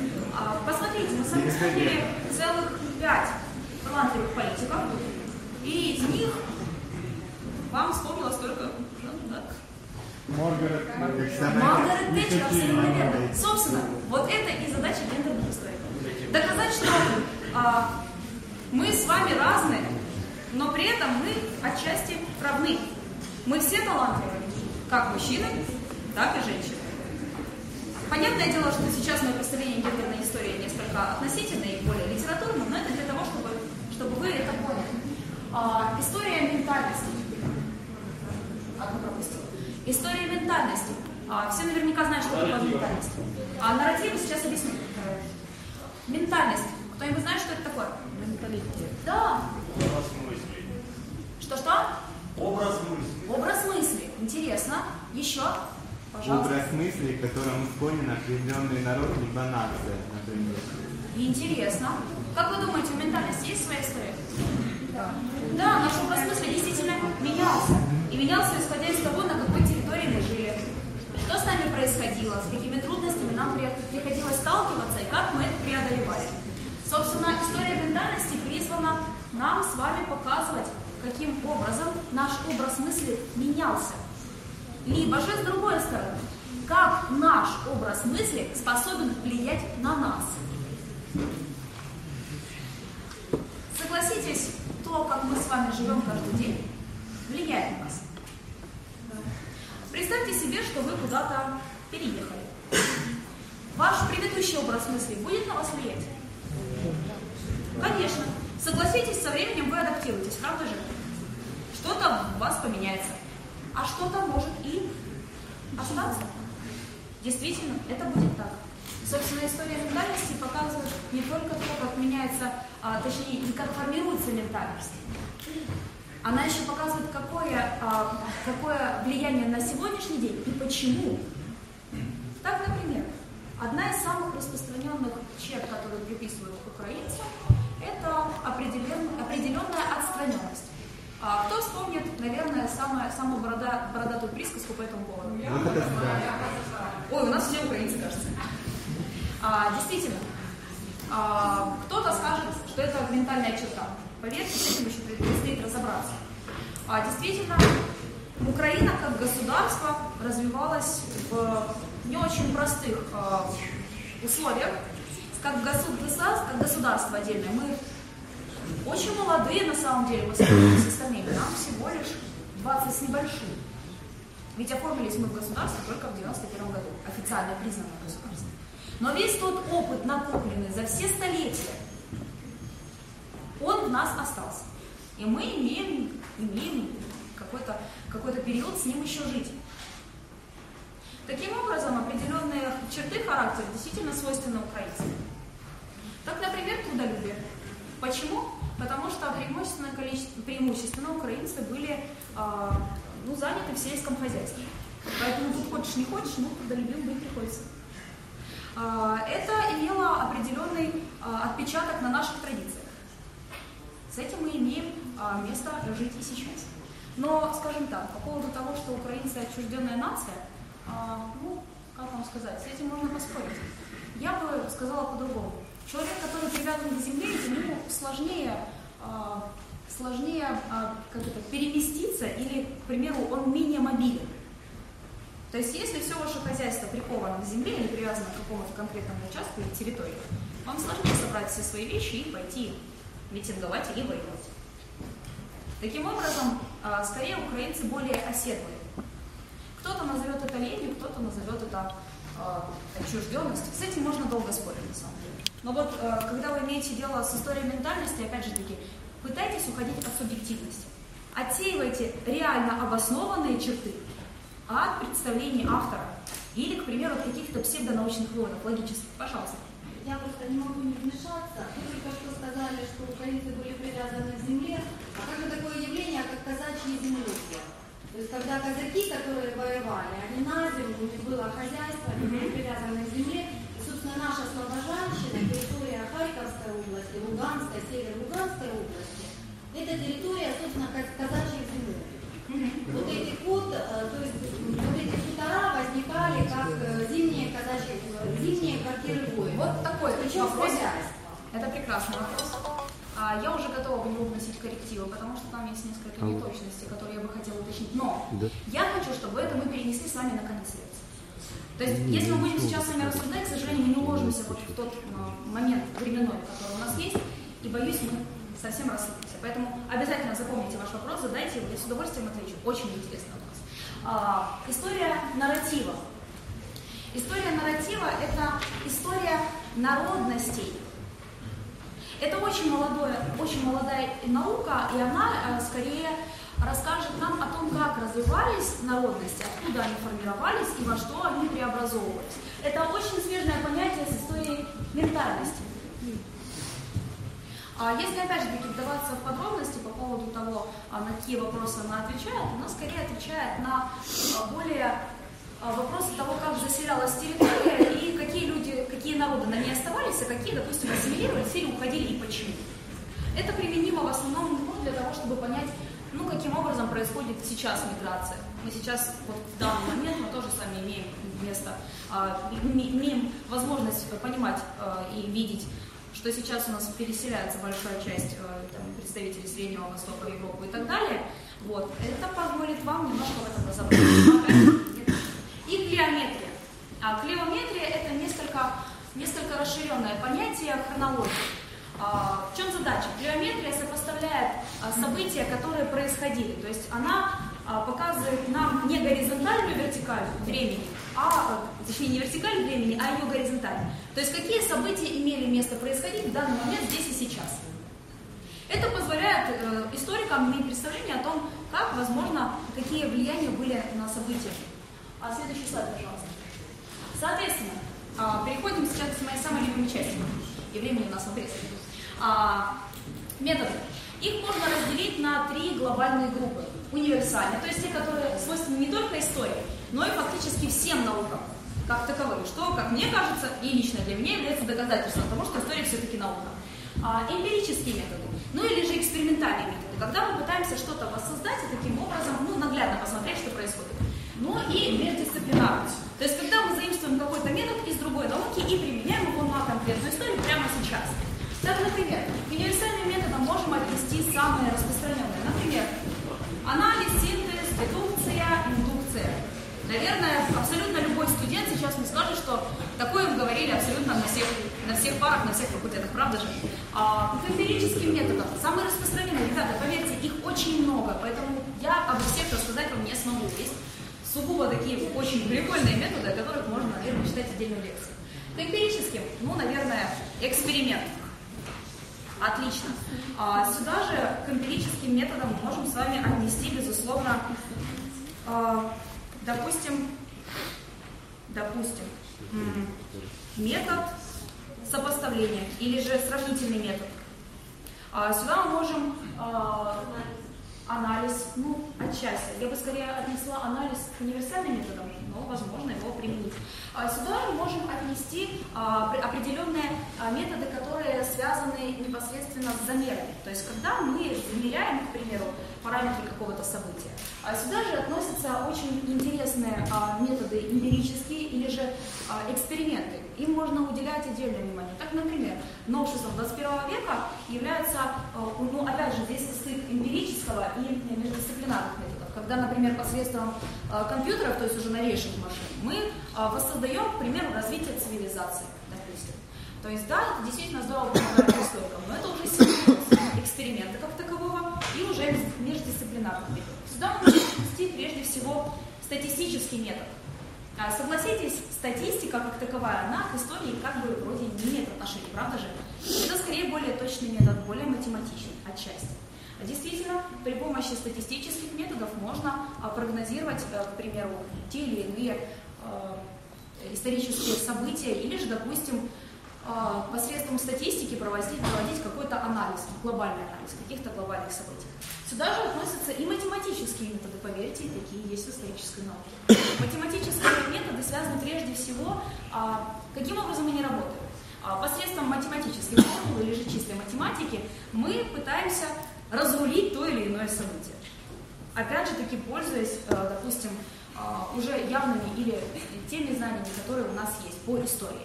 А, посмотрите, мы с вами вспомнили целых пять талантливых политиков, и из них вам вспомнилось только Жанна Дарк. Маргарет Маргарет Тэтчер, абсолютно верно. Собственно, вот это и задача гендерных историков. Доказать, что а, мы с вами разные, но при этом мы отчасти равны. Мы все талантливые, как мужчины, так и женщины. Понятное дело, что сейчас мое представление гендерной истории несколько относительное и более литературное, но это для того, чтобы, чтобы вы это поняли. А, история ментальности. Одну пропустила. История ментальности. А, все наверняка знают, что такое ментальность. А нарративы сейчас объясню. Ментальность. Кто-нибудь знает, что это такое? Менталитет. Да. Образ мысли. Что-что? Образ мысли. Образ мысли. Интересно. Еще? Пожалуйста. Образ мысли, которому склонен определенный народ либо нация, например. Интересно. Как вы думаете, у ментальности есть своя история? Да. Да, наш образ мысли действительно менялся. И менялся, исходя из того, на какой территории мы жили. Что с нами происходило, с какими трудностями нам приходилось сталкиваться и как мы это преодолевали. Собственно, история ментальности призвана нам с вами показывать, каким образом наш образ мысли менялся. Либо же, с другой стороны, как наш образ мысли способен влиять на нас. Согласитесь, то, как мы с вами живем каждый день, влияет на нас. Представьте себе, что вы куда-то переехали. Ваш предыдущий образ мысли будет на вас влиять? Конечно. Согласитесь, со временем вы адаптируетесь, правда же? Что-то у вас поменяется, а что-то может и остаться. Действительно, это будет так. Собственно, история ментальности показывает не только то, как меняется, а, точнее, и как формируется ментальность. Она еще показывает, какое, а, какое влияние на сегодняшний день и почему. Так, например, одна из самых распространенных черт, которые приписывают украинцам, это определен, определенная отстраненность. А, кто вспомнит, наверное, самую, самую борода, бородатую присказку по этому поводу? Ой, у нас все украинцы, кажется. А, действительно, а, кто-то скажет, что это ментальная черта. Поверьте, с этим еще предстоит разобраться. А, действительно, Украина как государство развивалась в не очень простых а, условиях. Как государство, как государство отдельное. Мы очень молодые, на самом деле, мы сравниваем с остальными. Нам всего лишь двадцать с небольшим. Ведь оформились мы в государство только в девяносто первом году. Официально признанное государство. Но весь тот опыт, накопленный за все столетия, он в нас остался. И мы имеем, имеем какой-то, какой-то период с ним еще жить. Таким образом, определенные черты характера действительно свойственны украинцам. Так, например, трудолюбие. Почему? Потому что преимущественно, количество, преимущественно украинцы были э, ну, заняты в сельском хозяйстве. Поэтому тут хочешь не хочешь, ну, трудолюбивым быть приходится. Э, это имело определенный э, отпечаток на наших традициях. С этим мы имеем э, место жить и сейчас. Но, скажем так, по поводу того, что украинцы отчужденная нация, э, ну, как вам сказать, с этим можно поспорить. Я бы сказала по-другому. Человек, который привязан к земле, ему сложнее, э, сложнее э, как это, переместиться или, к примеру, он менее мобилен. То есть, если все ваше хозяйство приковано к земле или привязано к какому-то конкретному участку или территории, вам сложнее собрать все свои вещи и пойти митинговать или воевать. Таким образом, э, скорее украинцы более оседлые. Кто-то назовет это ленью, кто-то назовет это э, отчужденностью. С этим можно долго спорить, на самом деле. Но вот, э, когда вы имеете дело с историей ментальности, опять же таки, пытайтесь уходить от субъективности. Отсеивайте реально обоснованные черты от представлений автора или, к примеру, от каких-то псевдонаучных выводов, логических. Пожалуйста. Я просто не могу не вмешаться. Вы только что сказали, что украинцы были привязаны к земле. А как же такое явление, как казачьи землюки? То есть, когда казаки, которые воевали, они на землю, у них было хозяйство, они были привязаны к земле. И, собственно, наша Слобожанщина, территория Харьковской области, Луганской, Северо-Луганской области, это территория, собственно, казачьих земель. Вот эти вот, то есть, вот эти хутора возникали как зимние казачьи, зимние квартиры воинов. Вот такой. Причем вопрос. хозяйства. Это прекрасный вопрос. А, я уже готова в него вносить коррективы, потому что там есть несколько неточностей, которые я бы хотела уточнить. Но Да. я хочу, чтобы это мы перенесли с вами на конец лекции. То есть, если мы будем сейчас с вами рассуждать, к сожалению, мы не уложимся вот в тот а, момент временной, который у нас есть, и, боюсь, мы совсем рассыпемся. Поэтому обязательно запомните ваш вопрос, задайте его, я с удовольствием отвечу. Очень интересный вопрос. А, история нарратива. История нарратива – это история народностей. Это очень, молодое, очень молодая наука, и она э, скорее расскажет нам о том, как развивались народности, откуда они формировались и во что они преобразовывались. Это очень свежее понятие с историей ментальности. А если, опять же таки, вдаваться в подробности по поводу того, на какие вопросы она отвечает, она скорее отвечает на более вопросы того, как заселялась территория и какие люди, какие народы на ней оставались, а какие, допустим, ассимилировались или уходили и почему. Это применимо в основном ну, для того, чтобы понять, ну, каким образом происходит сейчас миграция. Мы сейчас, вот в данный момент, мы тоже с вами имеем место, имеем возможность понимать и видеть, что сейчас у нас переселяется большая часть там, представителей Среднего Востока, Европы и так далее. Вот. Это позволит вам немножко в этом разобраться. И клеометрия. А клеометрия – это несколько, несколько расширенное понятие хронологии. А, в чем задача? Клеометрия сопоставляет а, события, которые происходили. То есть она а, показывает нам не горизонтальную вертикаль времени, а, точнее не вертикаль времени, а ее горизонталь. То есть какие события имели место происходить в данный момент здесь и сейчас. Это позволяет э, историкам иметь представление о том, как, возможно, какие влияния были на события. А следующий слайд, пожалуйста. Соответственно, а, переходим сейчас к моей самой любимой части. И времени у нас обрезано. А, методы. Их можно разделить на три глобальные группы. Универсальные, то есть те, которые свойственны не только истории, но и фактически всем наукам, как таковым, что, как мне кажется, и лично для меня является доказательством того, что история все-таки наука. А, эмпирические методы, ну или же экспериментальные методы, когда мы пытаемся что-то воссоздать и таким образом ну, наглядно посмотреть, что происходит. Ну и междисциплинарность. То есть, когда мы заимствуем какой-то метод из другой науки и применяем его на конкретную историю прямо сейчас. Так, например, к универсальным методам можем отнести самые распространенные. Например, анализ, синтез, дедукция, индукция. Наверное, абсолютно любой студент сейчас мне скажет, что такое им говорили абсолютно на всех, на всех парах, на всех факультетах, правда же? А к эмпирическим методам, самые распространенные, ребята, поверьте, их очень много, поэтому я обо всех рассказать вам не смогу. Есть сугубо такие очень прикольные методы, о которых можно, наверное, читать отдельную лекцию. К эмпирическим, ну, наверное, эксперимент. Отлично. А сюда же к эмпирическим методам мы можем с вами отнести, безусловно, а, допустим, допустим, метод сопоставления или же сравнительный метод. А сюда мы можем а, анализ, ну, отчасти. Я бы скорее отнесла анализ к универсальным методам, но возможно его применить. А сюда мы можем отнести а, определенные а, методы, которые связаны непосредственно с замерами. То есть, когда мы замеряем, к примеру, параметры какого-то события. А сюда же относятся очень интересные а, методы эмпирические или же а, эксперименты. Им можно уделять отдельное внимание. Так, например, новшеством двадцать первого века является, ну, опять же, здесь стык эмпирического и междисциплинарных методов. Когда, например, посредством компьютеров, то есть уже новейших машин, мы воссоздаем, к примеру, развитие цивилизации, допустим. То есть, да, это действительно здорово помогает историкам, но это уже симбиоз эксперимента как такового и уже междисциплинарных методов. Сюда мы можем отнести прежде всего статистический метод. Согласитесь, статистика как таковая, она к истории как бы вроде не имеет отношения, правда же? Это скорее более точный метод, более математичный отчасти. Действительно, при помощи статистических методов можно прогнозировать, к примеру, те или иные исторические события, или же, допустим, посредством статистики проводить, проводить какой-то анализ, глобальный анализ каких-то глобальных событий. Сюда же относятся и математические методы, поверьте, такие есть в исторической науке. Математические методы связаны прежде всего, каким образом они работают. Посредством математической формулы или же чистой математики мы пытаемся разрулить то или иное событие. Опять же таки, пользуясь, допустим, уже явными или теми знаниями, которые у нас есть по истории.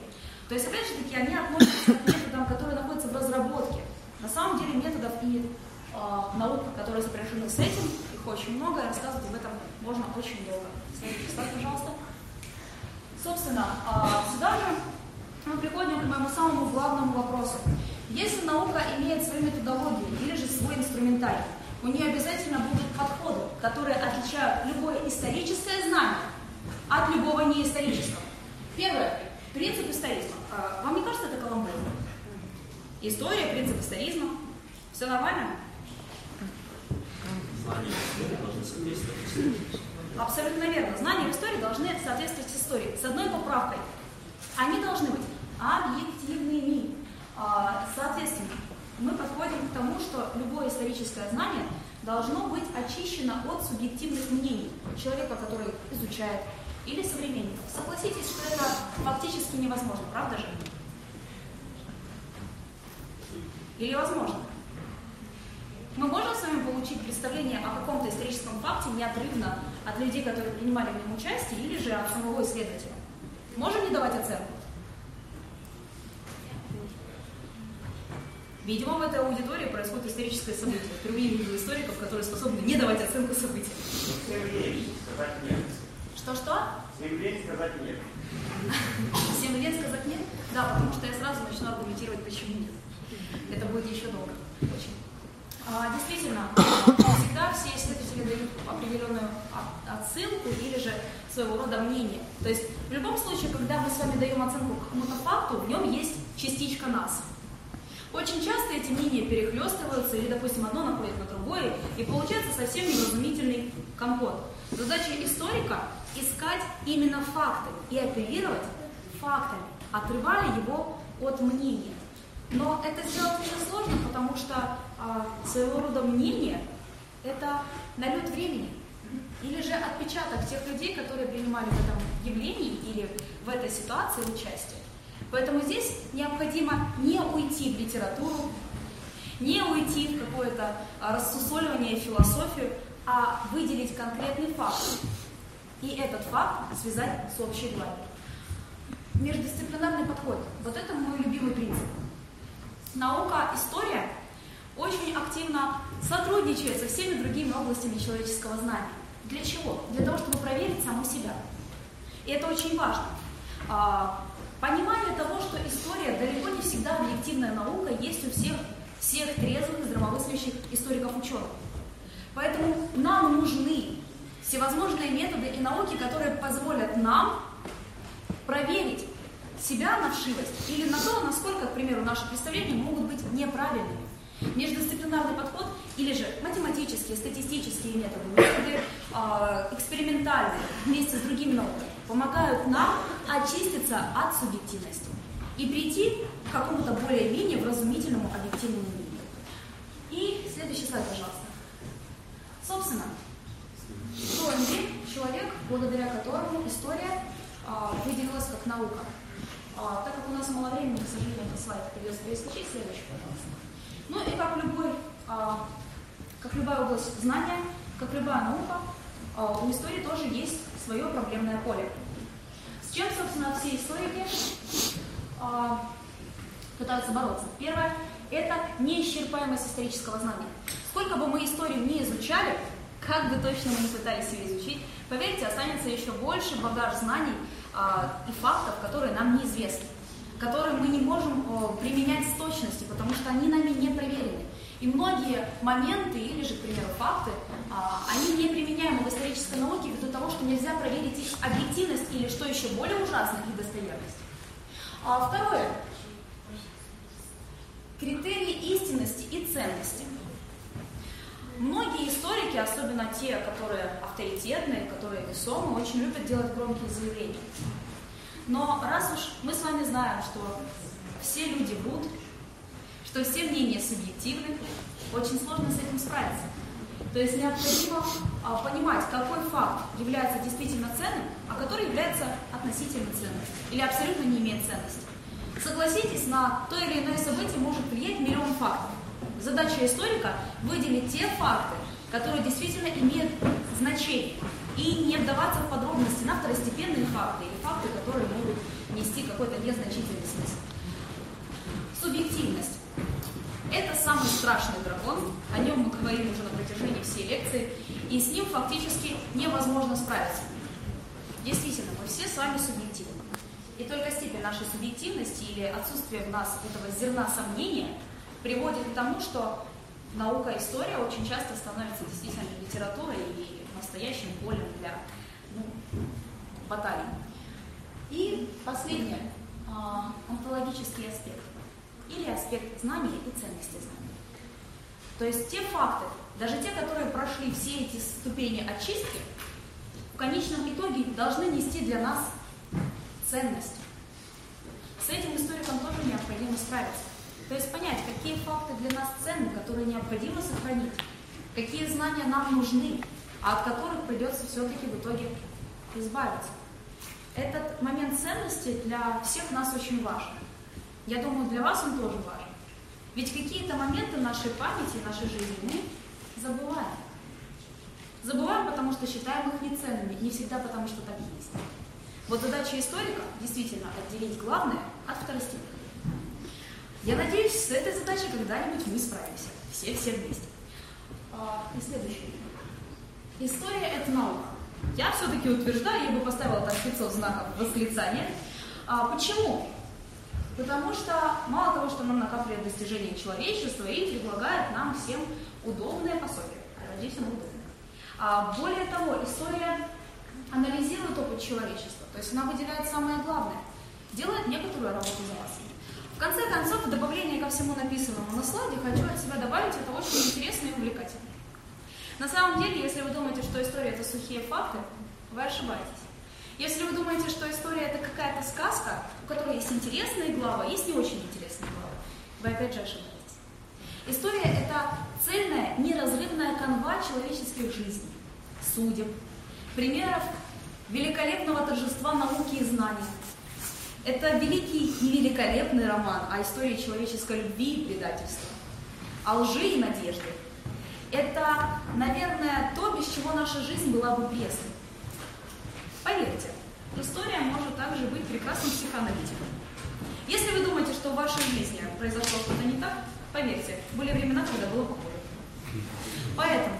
То есть, опять же таки, они относятся к методам, которые находятся в разработке. На самом деле методов и э, наук, которые сопряжены с этим, их очень много, и рассказывать об этом можно очень долго. Следующий слайд, пожалуйста. Собственно, э, сюда же мы приходим к моему самому главному вопросу. Если наука имеет свою методологию или же свой инструментарий, у нее обязательно будут подходы, которые отличают любое историческое знание от любого неисторического. Первое. Принцип историзма. Э, вам не кажется это каламбуром? История, принцип историзма. Все нормально? Знания должны соответствовать. Абсолютно верно. Знания в истории должны соответствовать истории. С одной поправкой. Они должны быть объективными. Соответственно, мы подходим к тому, что любое историческое знание должно быть очищено от субъективных мнений человека, который изучает, или современников. Согласитесь, что это фактически невозможно, правда же? Или возможно? Мы можем с вами получить представление о каком-то историческом факте неотрывно от людей, которые принимали в нем участие, или же от самого исследователя? Можем ли давать оценку? Видимо, в этой аудитории происходит историческое событие. Впервые видел историков, которые способны не давать оценку событий. Сказать нет. Что-что? Всем лень сказать нет. Всем лень сказать нет? Да, потому что я сразу начну аргументировать, почему нет. Это будет еще долго. Очень. А, действительно, всегда все исследователи дают определенную отсылку или же своего рода мнение. То есть в любом случае, когда мы с вами даем оценку какому-то факту, в нем есть частичка нас. Очень часто эти мнения перехлестываются, или, допустим, одно находит на другое, и получается совсем невразумительный компот. Задача историка – искать именно факты и апеллировать фактами, отрывая его от мнения. Но это сделать очень сложно, потому что а, своего рода мнение – это налет времени, или же отпечаток тех людей, которые принимали в этом явлении или в этой ситуации участие. Поэтому здесь необходимо не уйти в литературу, не уйти в какое-то рассусоливание в философию, а выделить конкретный факт. И этот факт связать с общей гладью. Междисциплинарный подход. Вот это мой любимый принцип. Наука, история очень активно сотрудничает со всеми другими областями человеческого знания. Для чего? Для того, чтобы проверить саму себя. И это очень важно. Понимание того, что история далеко не всегда объективная наука, есть у всех, всех трезвых, здравомыслящих историков-ученых. Поэтому нам нужны всевозможные методы и науки, которые позволят нам проверить себя на вшивость или на то, насколько, к примеру, наши представления могут быть неправильными. Междисциплинарный подход или же математические, статистические методы, методы э, экспериментальные вместе с другими науками помогают нам очиститься от субъективности и прийти к какому-то более-менее вразумительному объективному мнению. И следующий слайд, пожалуйста. Собственно, Тонди – человек, благодаря которому история а, выделилась как наука. А, так как у нас мало времени, к сожалению, этот слайд придется перескочить. Следующий, пожалуйста. Ну и как, любой, а, как любая область знания, как любая наука, а, у истории тоже есть свое проблемное поле. С чем, собственно, все историки а, пытаются бороться? Первое – это неисчерпаемость исторического знания. Сколько бы мы историю не изучали, как бы точно мы не пытались ее изучить, поверьте, останется еще больше багаж знаний а, и фактов, которые нам неизвестны, которые мы не можем о, применять с точностью, потому что они нами не проверены. И многие моменты или же, к примеру, факты, а, они не применяемы в исторической науке ввиду того, что нельзя проверить их объективность или, что еще более ужасно, их достоверность. А, второе. Критерии истинности и ценности. Многие историки, особенно те, которые авторитетные, которые весомые, очень любят делать громкие заявления. Но раз уж мы с вами знаем, что все люди врут, что все мнения субъективны, очень сложно с этим справиться. То есть необходимо а, понимать, какой факт является действительно ценным, а который является относительно ценным или абсолютно не имеет ценности. Согласитесь, на то или иное событие может влиять миллион фактов. Задача историка – выделить те факты, которые действительно имеют значение, и не вдаваться в подробности на второстепенные факты или факты, которые могут нести какой-то незначительный смысл. Субъективность. Это самый страшный дракон, о нем мы говорим уже на протяжении всей лекции, и с ним фактически невозможно справиться. Действительно, мы все с вами субъективны. И только степень нашей субъективности или отсутствие в нас этого зерна сомнения приводит к тому, что наука, история очень часто становится действительно литературой и настоящим полем для ну, баталий. И последнее, э, онтологический аспект, или аспект знаний и ценности знаний. То есть те факты, даже те, которые прошли все эти ступени очистки, в конечном итоге должны нести для нас ценность. С этим историкам тоже необходимо справиться. То есть понять, какие факты для нас ценны, которые необходимо сохранить, какие знания нам нужны, а от которых придется все-таки в итоге избавиться. Этот момент ценности для всех нас очень важен. Я думаю, для вас он тоже важен. Ведь какие-то моменты нашей памяти, нашей жизни мы забываем. Забываем, потому что считаем их неценными, не всегда потому, что так есть. Вот задача историка действительно отделить главное от второстепенного. Я надеюсь, с этой задачей когда-нибудь мы справимся. Все-все вместе. И следующее. История – это наука. Я все-таки утверждаю, я бы поставила так пятьсот знаков восклицания. А почему? Потому что мало того, что нам накапливает достижения человечества и предлагает нам всем удобные пособия. Надеюсь, оно удобное. А более того, история анализирует опыт человечества. То есть она выделяет самое главное. Делает некоторую работу за вас. В конце концов, в добавление ко всему написанному на слайде, хочу от себя добавить, это очень интересно и увлекательно. На самом деле, если вы думаете, что история – это сухие факты, вы ошибаетесь. Если вы думаете, что история – это какая-то сказка, у которой есть интересные главы, есть не очень интересные главы, вы опять же ошибаетесь. История – это цельная, неразрывная канва человеческих жизней, судеб, примеров великолепного торжества науки и знаний. Это великий и великолепный роман о истории человеческой любви и предательства, о лжи и надежде. Это, наверное, то, без чего наша жизнь была бы пресной. Поверьте, история может также быть прекрасным психоаналитиком. Если вы думаете, что в вашей жизни произошло что-то не так, поверьте, были времена, когда было похоже. Поэтому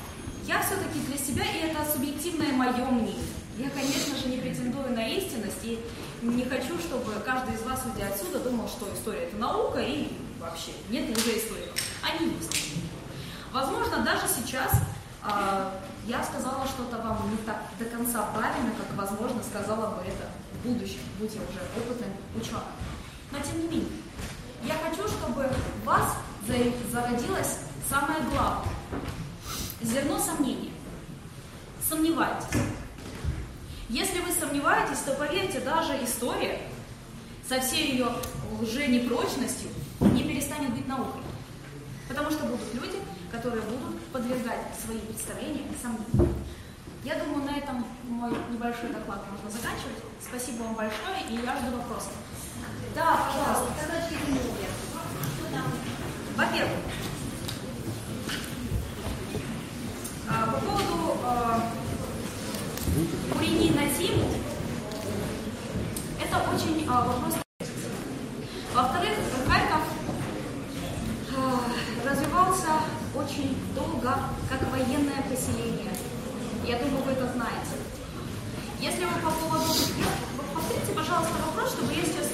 я все-таки для себя, и это субъективное мое мнение, я, конечно же, не претендую на истинность и не хочу, чтобы каждый из вас, уйдя отсюда, думал, что история – это наука и вообще нет уже историков. Они есть. Возможно, даже сейчас э, я сказала что-то вам не так до конца правильно, как, возможно, сказала бы это в будущем, будь я уже опытным ученым. Но, тем не менее, я хочу, чтобы в вас зародилось самое главное – зерно сомнения. Сомневайтесь. Если вы сомневаетесь, то, поверьте, даже история со всей ее лженепрочностью не перестанет быть наукой. Потому что будут люди, которые будут подвергать свои представления сомнению. Я думаю, на этом мой небольшой доклад можно заканчивать. Спасибо вам большое, и я жду вопросов. Да, пожалуйста. Во-первых, по поводу курения на зиму, это очень вопрос. Во-вторых, Харьков развивался очень долго как военное поселение. Я думаю, вы это знаете. Если вы по поводу... Повторите, пожалуйста, вопрос, чтобы я сейчас...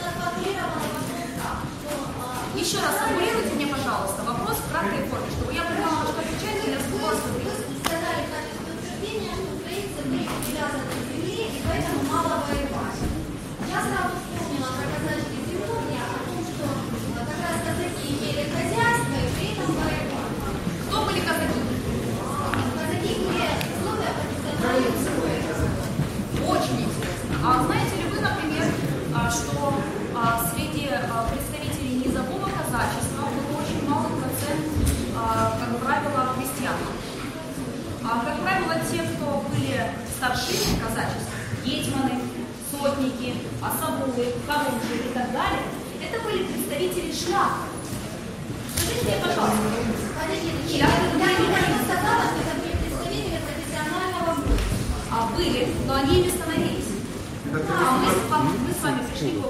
Еще раз сформулируйте мне, пожалуйста, вопрос в краткой форме, чтобы я понимала, что отвечать, и я забыла смотреть. Вы сказали в качестве утверждения, что украинцы были привязаны к земле и поэтому мало воевали. Я сразу вспомнила про казачьи зимовья, о том, что как раз казаки имели хозяйство и при этом воевали. Кто были казаки? Казаки были условия профессиональных строек. Очень интересно. А знаете ли вы, например, что среди представителей низового казачества был очень малый процент, как правило, крестьян? А, как правило, те, кто были старшими казачества, гетьманы, сотники, особулы, хорунжи и так далее, это были представители шляхты. Скажите мне, пожалуйста. Подождите, я, я не сказала, что это были представители профессионального боя. А были, но они ими становились. А мы, мы с вами пришли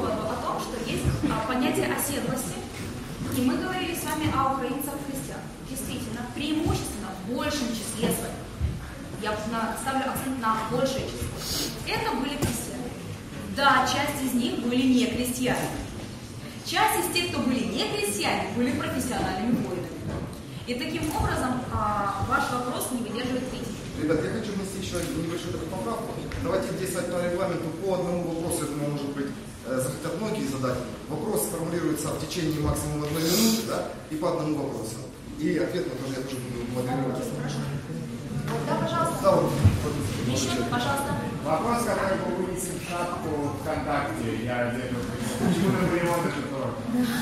оседлости, и мы говорили с вами о украинцах-христианах. Действительно, преимущественно в большем числе своем, я ставлю акцент на большее число, это были крестьяне. Да, часть из них были не крестьяне. Часть из тех, кто были не крестьяне, были профессиональными воинами. И таким образом а, ваш вопрос не выдерживает критики. Ребят, я хочу внести еще небольшую такую поправку. Давайте действовать по регламенту по одному вопросу, я думаю, может быть, захотят многие задать. Вопрос формулируется в течение максимум одной минуты, да, и по одному вопросу. И ответ на тоже я тоже буду модерировать. Да, пожалуйста. Да, вот, вот, Еще, пожалуйста. Вопрос, который был вынесен в шапку ВКонтакте. Я где-то... Почему на перевод это тоже?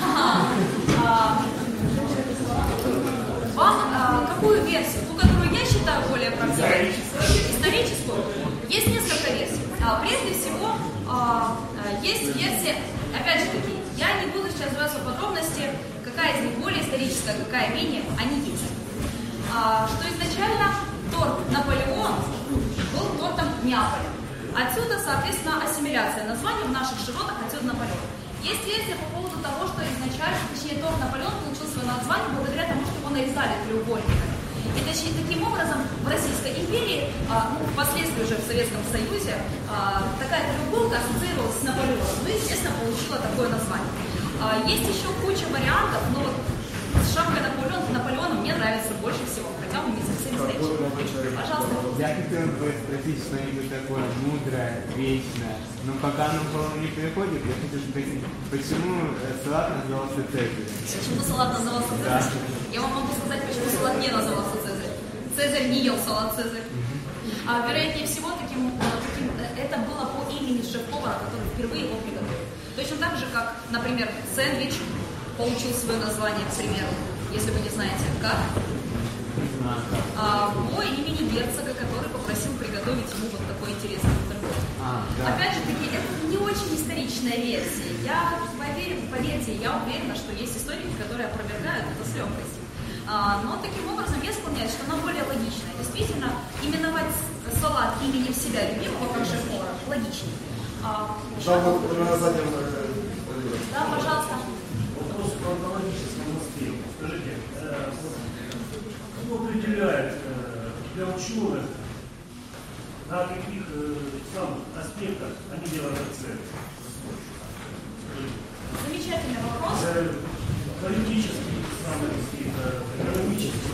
Вам а, какую версию? Ту, которую я считаю более правдивой? Историческую. Есть несколько версий. А, прежде всего, а, есть версия, опять же таки, я не буду сейчас вдаваться в подробности, какая из них более историческая, какая менее, они есть. А, что изначально торт Наполеон был тортом Неаполя. Отсюда, соответственно, ассимиляция названия в наших широтах отсюда Наполеон. Есть версия по поводу того, что изначально, точнее, торт Наполеон получил свое название благодаря тому, что его нарезали треугольниками. И точнее, таким образом в Российской империи, а, ну, впоследствии уже в Советском Союзе, а, такая треуголка ассоциировалась с Наполеоном, ну и, естественно, получила такое название. А, есть еще куча вариантов, но вот с шапкой Наполеон, Наполеона мне нравится больше всего, хотя он не совсем исторический. Пожалуйста. Я хотел бы спросить что-нибудь такое мудрое, вечное, но пока оно в голову не приходит, я хочу спросить, почему салат назывался Цезарем? Почему салат назывался Цезарь? Да. Я вам могу сказать, почему салат не назывался Цезарь. Цезарь не ел салат Цезарь. А, вероятнее всего, таким, таким, это было по имени шеф-повара, который впервые его приготовил. Точно так же, как, например, сэндвич получил свое название, к примеру, если вы не знаете как, а, по имени герцога, который попросил приготовить ему вот такой интересный бутерброд. А, да. Опять же таки, это не очень историчная версия. Я, поверь, поверьте, я уверена, что есть историки, которые опровергают это с легкостью. А, но таким образом я склоняюсь, что она более логичная. Действительно, именовать салат именем себя любимого, как шеф-повара, логичнее. А, да, вот на заднем... Да, пожалуйста. Вопрос по аналогическому успеху. Скажите, кто определяет для ученых, на каких самых аспектах они делают акцент? Замечательный вопрос. Политические, самые какие-то экономические,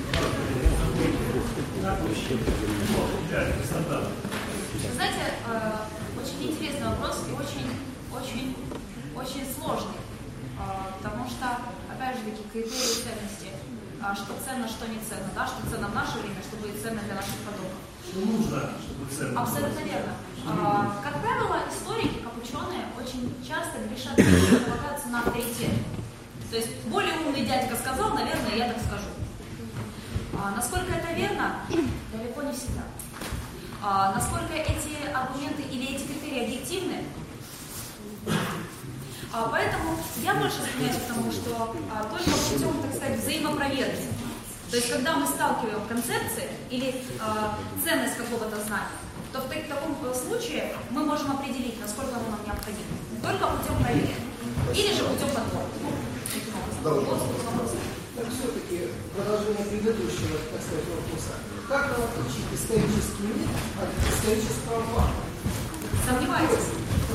как вы считаете, кто определяет стандарты? Знаете, очень интересный вопрос и очень, очень, очень сложный. Потому что, опять же таки, критерии ценности. Что ценно, что не ценно, да, что ценно в наше время, что будет ценно для наших продуктов. Что нужно, чтобы ценно? Абсолютно верно. А, как правило, историки, как ученые, очень часто грешат, что полагаются на авторитет. То есть более умный дядька сказал, наверное, я так скажу. А, насколько это верно? Далеко не всегда. А, насколько эти аргументы или эти критерии объективны? А, поэтому я больше склоняюсь к тому, что а, только путем, так сказать, взаимопроверки. То есть, когда мы сталкиваем концепции или а, ценность какого-то знания, то в, в таком случае мы можем определить, насколько оно нам необходимо. Только путем проверки. Или же путем подбора. Так все-таки продолжение предыдущего, так сказать, вопроса. Как нам отличить исторический миф от исторического факта? Сомневаетесь?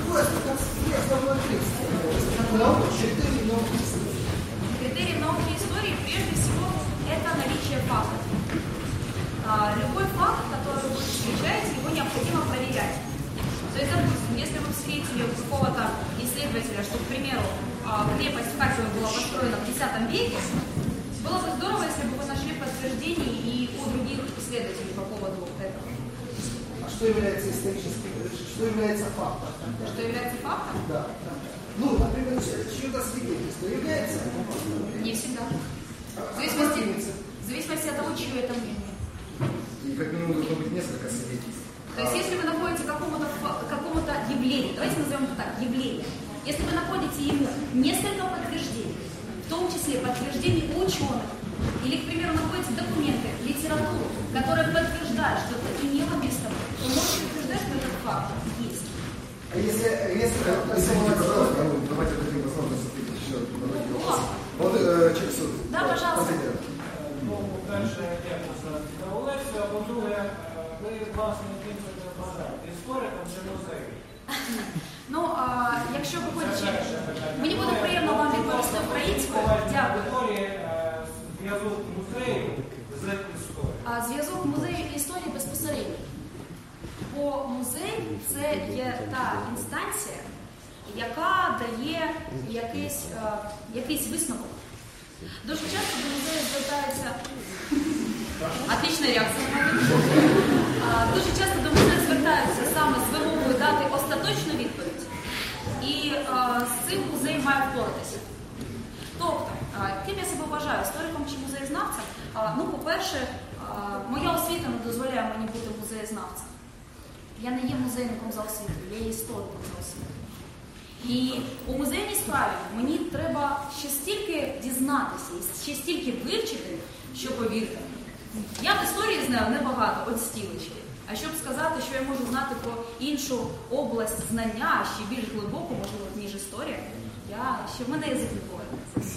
Критерий науки истории. Критерий науки истории, прежде всего, это наличие фактов. А, любой факт, который вы встречаете, его необходимо проверять. То есть, допустим, если вы встретили у какого-то исследователя, что, к примеру, крепость в Харькове была построена в десятом веке, было бы здорово, если бы вы нашли подтверждение и у других исследователей по поводу этого. А что является историческим? Что является фактом? Что является фактом? Да. да. Ну, например, чье-то свидетельство является фактом? Не всегда. В зависимости, в зависимости от того, чье это мнение. И как минимум должно быть несколько свидетельств. То есть, если вы находите какому-то, какому-то явлению, давайте назовем это так, явление, если вы находите ему несколько подтверждений, в том числе подтверждений у ученых, или, к примеру, находите документы, литературу, которая подтверждает, что это имело место, то можете утверждать, что этот факт есть. А если... если Извините, пожалуйста, давайте дадим возможность ответить еще. на многие вопросы. Вот, э, через суд. Да, пожалуйста. Перше, дякую за лекцію, а по-друге, ви, власне, тим, що ви вважаєте, істориком чи музеєм? Ну, а, якщо ви хочете, мені буде приємно вам відповісти українською. Дякую. Зв'язок музею з історією. А зв'язок музею і історії безпосередньо. Бо музей – це є та інстанція, яка дає якийсь, а, якийсь висновок. Дуже часто до музею звертаються... Отлична реакція. А, дуже часто до музею звертаються саме з вимогою дати остаточну відповідь. І а, з цим музей має впоратися. Тобто, а, ким я себе вважаю, істориком чи музеєзнавцем? А, ну, по-перше, а, моя освіта не дозволяє мені бути музеєзнавцем. Я не є музейником за освітою, я є істориком за освітою. І у музейній справі мені треба ще стільки дізнатися, і ще стільки вивчити, що, повірте, я в історії знаю небагато, от стілечки. А щоб сказати, що я можу знати про іншу область знання, ще більш глибоку, можливо, ніж історія, я ще в мене язик не повернеться.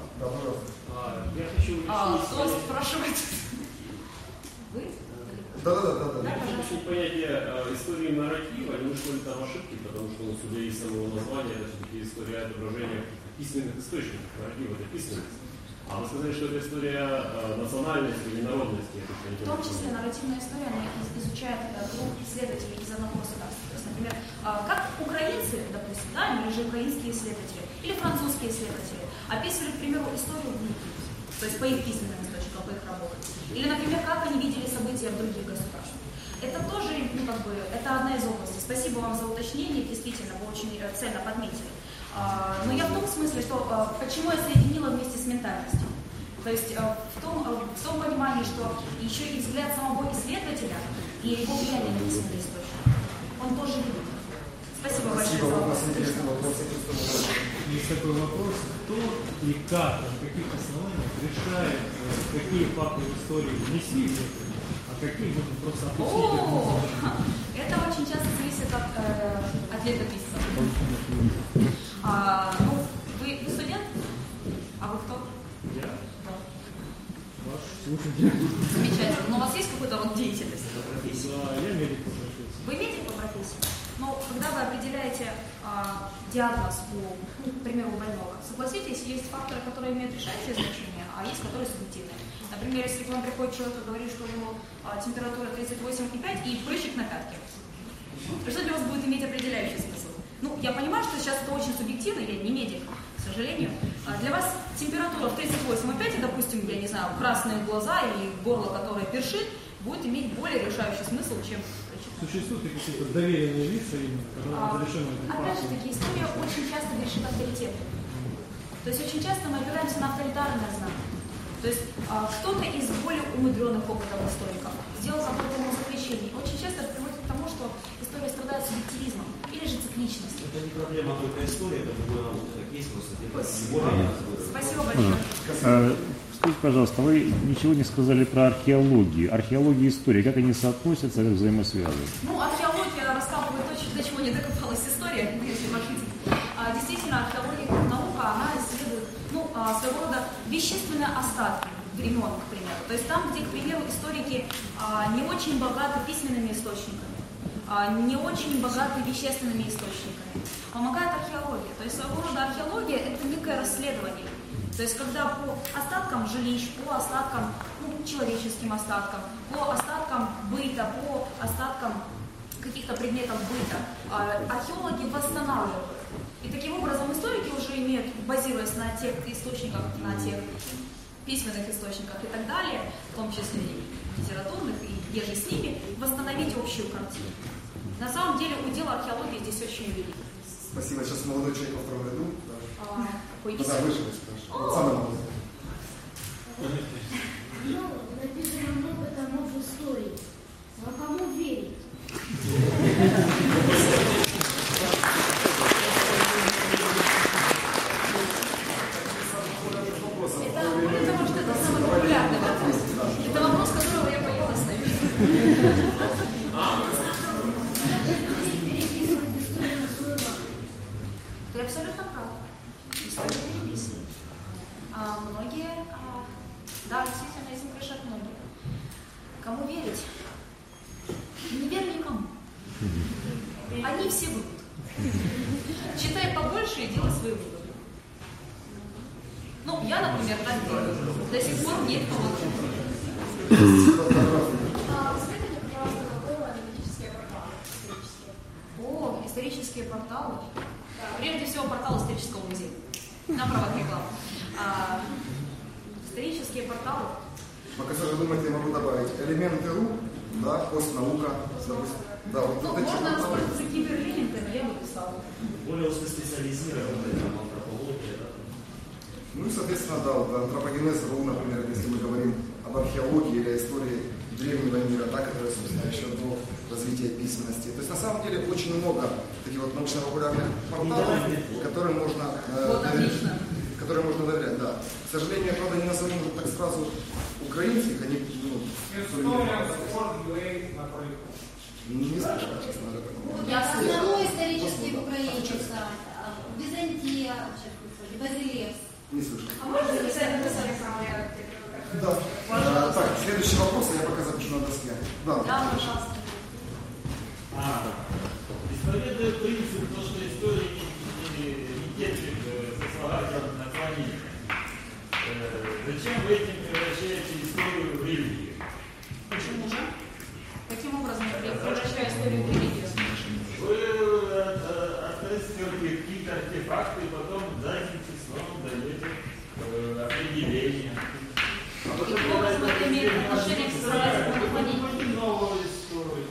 Я хочу А, кто спрашивает? Вы? Да, да, да, да, да. Я хочу объяснить понятие э, истории нарратива, немножко ли там ошибки, потому что у судей из самого названия это все-таки история отображения письменных источников. Нарратив это письменность. А вы сказали, что это история э, национальности или народности. В том числе нарративная история, она изучает групп исследователей из одного государства. То есть, например, как украинцы, допустим, да, или же украинские исследователи, или французские исследователи описывали, к примеру, историю в Литве, то есть по их письменным источникам, по их работам. Или, например, как они видели события в других государствах. Это тоже, ну, как бы, это одна из областей. Спасибо вам за уточнение, действительно, вы очень ценно подметили. Но я в том смысле, что почему я соединила вместе с ментальностью. То есть в том, в том понимании, что еще и взгляд самого исследователя и его влияние на письменный источник, он тоже видит. Спасибо, Спасибо, большое у нас за интересный вопрос. Есть такой вопрос, кто и как, на каких основаниях решает, какие факты в истории внесли, а какие можно просто опустить. О, это очень часто зависит от, э, от летописца. А, ну, вы, вы студент? А вы кто? Я? Да. Ваш слушатель. Замечательно. Но у вас есть какой-то род деятельности? Да, я медик по профессии. Вы медик по профессии? Но когда вы определяете а, диагноз у, ну, к примеру, у больного, согласитесь, есть факторы, которые имеют решающее значение, а есть которые субъективные. Например, если к вам приходит человек и говорит, что у него а, температура тридцать восемь и пять и прыщик на пятке, что для вас будет иметь определяющий смысл? Ну, я понимаю, что сейчас это очень субъективно, я не медик, к сожалению. А для вас температура в тридцать восемь и пять, и, допустим, я не знаю, красные глаза или горло, которое першит, будет иметь более решающий смысл, чем прыщик. Существуют ли какие-то доверенные лица, именно, которые А, разрешены этой опять же таки, история очень часто грешит авторитетом. То есть очень часто мы опираемся на авторитарное знание. То есть а, кто-то из более умудренных опытов историков сделал какое-то умозаключение. Очень часто это приводит к тому, что история страдает субъективизмом или же цикличностью. Это не проблема только истории, это другой наука. Так есть просто. Спасибо большое. Скажите, пожалуйста, вы ничего не сказали про археологию. Археология и история, как они соотносятся, как взаимосвязаны? Ну, археология раскапывает то, до чего не докопалась история, если пошлите. А, действительно, археология как наука, она исследует, ну, а, своего рода вещественные остатки времен, к примеру. То есть там, где, к примеру, историки а, не очень богаты письменными источниками, а, не очень богаты вещественными источниками, помогает археология. То есть своего рода археология – это некое расследование. То есть когда по остаткам жилищ, по остаткам, ну, человеческим остаткам, по остаткам быта, по остаткам каких-то предметов быта, археологи восстанавливают. И таким образом историки уже имеют, базируясь на тех источниках, на тех письменных источниках и так далее, в том числе и литературных, и еже с ними, восстановить общую картину. На самом деле удел археологии здесь очень велик. Спасибо. Сейчас молодой человек во втором ряду. А, какой да, вышел, спрашиваю. Самый молодой. Ну, написано много томов истории. А кому верить? Это, потому что это самый популярный вопрос. Это вопрос, которого я боялась, наверное. Ты абсолютно прав. История переписывается. А многие, а, да, действительно, этим грешат многие. Кому верить? Не верь никому. Они все врут. Читай побольше и делай свои выводы. Ну, я, например, так делаю. До сих пор мне это помогло. Расскажите, пожалуйста, какое аналитические порталы исторические? О, исторические порталы. Прежде всего, портал исторического музея. На правах рекламы. А, исторические порталы. Пока сразу думаете, я могу добавить элементы.ру, да, постнаука, допустим. Да, вот Ну, вот эти можно порталы. воспользоваться киберлинком, я бы писала. Более узкоспециализированная там, антропология, да? Ну и, соответственно, да, вот антропогенез.ру, например, если мы говорим об археологии или о истории древнего мира, да, которая, собственно, еще до развития письменности. То есть, на самом деле, очень много таких вот научно-популярных порталов, которым можно, э, Вот, доверять, отлично. которым можно доверять, да. К сожалению, я, правда, не назову так сразу украинских, они, ну, История, спорт, юэй, например. не слышал, честно говоря. Я основной исторический в Украине сайт. Византия, Базилевс. Не слышал. А можно записать написали самое? Да. А, так, следующий вопрос, я пока запишу на доске. Да, Да, пожалуйста. А, исповедует принцип, то, что история не, не, не терпит э, сослагательных наклонений. Э, зачем вы этим превращаете историю в религию? Почему же? Каким образом я превращаю историю в религию? Вы отыскиваете какие-то артефакты и потом задним числом даете э, определение. А потом, каким образом это имеет отношение к сослагательному наклонению? Новую историю.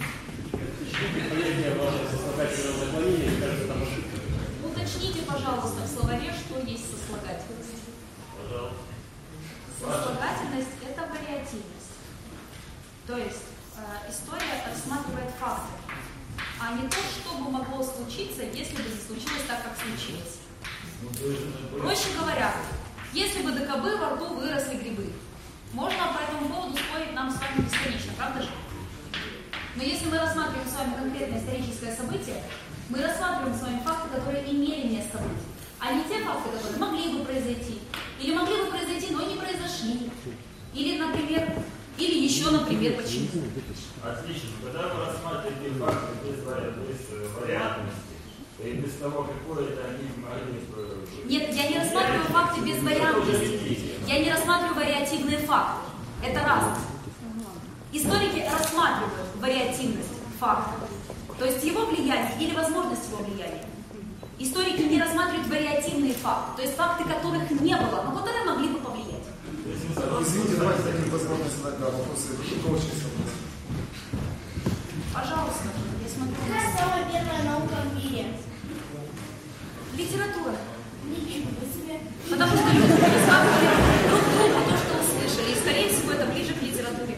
Уточните, пожалуйста, в словаре, что есть сослагательность. Пожалуйста. Сослагательность – это вариативность. То есть э, история рассматривает факты, а не то, что бы могло случиться, если бы случилось так, как случилось. Проще говоря, если бы до кобы во рту выросли грибы, можно по этому поводу спорить нам с вами бесконечно, правда же? Но если мы рассматриваем с вами конкретное историческое событие, мы рассматриваем с вами факты, которые имели место быть, а не те факты, которые могли бы произойти, или могли бы произойти, но не произошли. Или, например, или еще, например, почему. Отлично. Когда вы рассматриваете факты без, без вариантности, и без того, какое это они могли... Нет, я не рассматриваю факты без вариантности. Я не рассматриваю вариативные факты. Это раз. Историки рассматривают вариативность факта, то есть его влияние или возможность его влияния. Историки не рассматривают вариативные факты, то есть факты, которых не было, но которые могли бы повлиять. Извините, давайте дадим возможность задать да, вопросы. Пожалуйста, я смотрю. Какая самая первая наука в мире? Литература. Ничего себе. Потому что люди пересказывали друг другу то, что услышали, и, скорее всего, это ближе к литературе.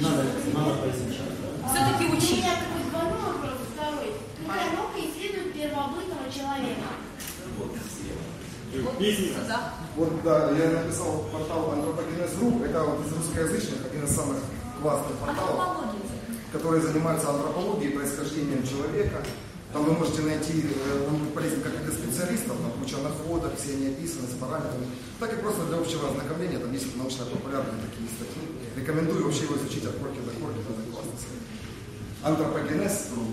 Все-таки У учить. меня такой двойной вопрос, второй. Какая наука исследует первобытного человека? Песни. Да. Вот, да, я написал портал антропогенез.ру, это вот из русскоязычных, один из самых классных порталов, которые занимаются антропологией, происхождением человека. Там вы можете найти, он будет полезен как для специалистов, там куча находок, все они описаны с параметрами, так и просто для общего ознакомления, там есть научно-популярные такие статьи. Рекомендую вообще его изучить от корки до корки, это классно. Антропогенез.ру.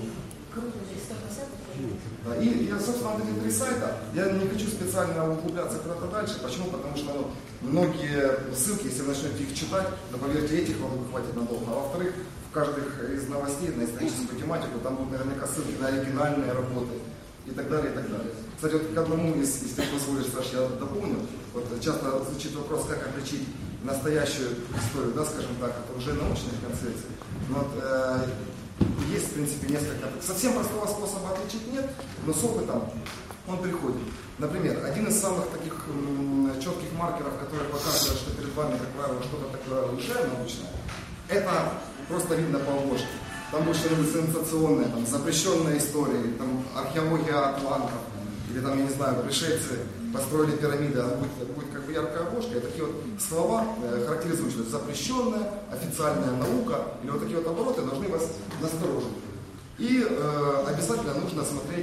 Да, и, и, собственно, вот эти три сайта, я не хочу специально углубляться куда-то дальше. Почему? Потому что ну, многие ссылки, если вы начнете их читать, то поверьте, этих вам хватит надолго. А во-вторых, в каждых из новостей на историческую тематику там будут наверняка ссылки на оригинальные работы и так далее, и так далее. Кстати, вот к одному, если, если позволишь, Саш, я дополню. Вот часто звучит вопрос, как отличить настоящую историю, да, скажем так, это уже научных концепций. Вот, э, есть, в принципе, несколько. Совсем простого способа отличить нет, но с опытом он приходит. Например, один из самых таких м, четких маркеров, который показывает, что перед вами, как правило, что-то такое уже научное, это просто видно по обложке. Там будет что-нибудь сенсационное, там, запрещенная история, там, археология атлантов, или там, я не знаю, пришельцы построили пирамиды, а будет, будет как бы яркая обложка. И такие вот слова э, характеризуют, что это запрещенная, официальная наука, или вот такие вот обороты должны вас насторожить. И э, обязательно нужно смотреть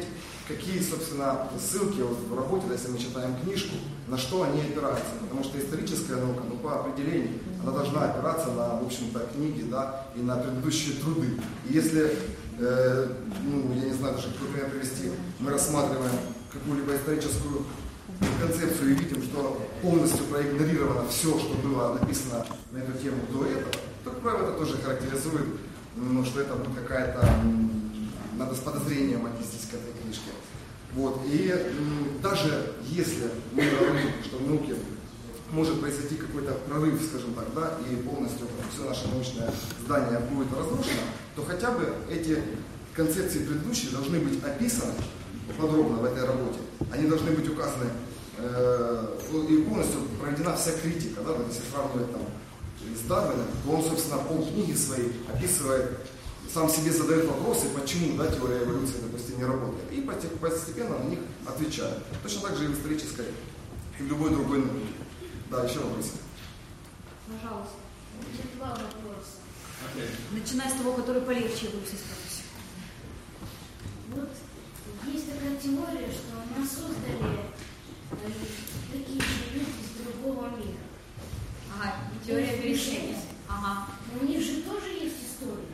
какие, собственно, ссылки вот в работе, если мы читаем книжку, на что они опираются. Потому что историческая наука, ну, по определению, она должна опираться на, в общем-то, книги, да, и на предыдущие труды. И если, э, ну, я не знаю даже, какой пример привести, мы рассматриваем какую-либо историческую концепцию и видим, что полностью проигнорировано все, что было написано на эту тему до этого, то, как правило, это тоже характеризует, ну, что это будет какая-то, надо с подозрением отнестись к этой книжке. Вот. И м, даже если мы говорим, что в науке может произойти какой-то прорыв, скажем так, да, и полностью все наше научное здание будет разрушено, то хотя бы эти концепции предыдущие должны быть описаны подробно в этой работе. Они должны быть указаны э, и полностью проведена вся критика, да, вот если сравнивать там с Дарвином, то он, собственно, полкниги своей описывает, сам себе задает вопросы, почему, да, теория эволюции, допустим, не работает, и постепенно на них отвечает. Точно так же и в исторической, и в любой другой науке. Да, еще вопросы. Пожалуйста. Два вопроса. Okay. Начиная с того, который полегче будет спросить. Вот есть такая теория, что нас создали такие люди из другого мира. Ага, теория переселения? Ага. Но у них же тоже есть история.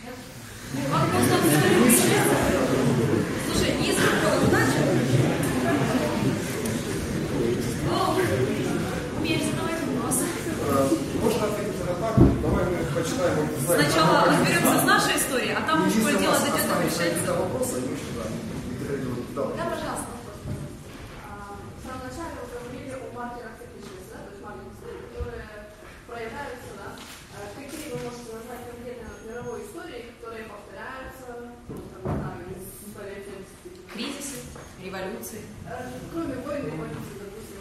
Слушай, не из другого, значит? Умеешь задавать вопросы. Можно ответить на так? Давай мы почитаем. Сначала разберемся с нашей историей, а там уж по делу дойдет до решения. Да, пожалуйста. В самом начале вы говорили о маркерах цикличности, да, то есть маленьких историй, которые проявляются, да. Какие вы можете назвать конкретно мировой истории, которые повторяются, там, не знаю, из столетия? Кризисы, революции. Кроме войн и революции, допустим.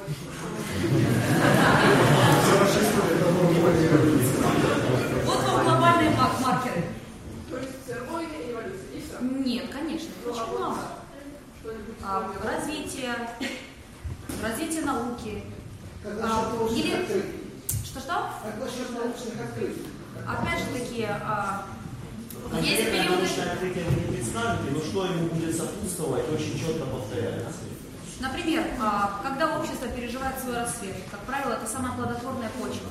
Вот вам глобальные маркеры. То есть войны и революции, и все? Нет, конечно, очень много. А, развитие, развитие науки. А, или... Что-что? Опять же таки, а, есть периоды... Научное открытие вы не представите, но что ему будет сопутствовать, очень четко повторяется. Например, а, когда общество переживает свой расцвет, как правило, это самая плодотворная почва.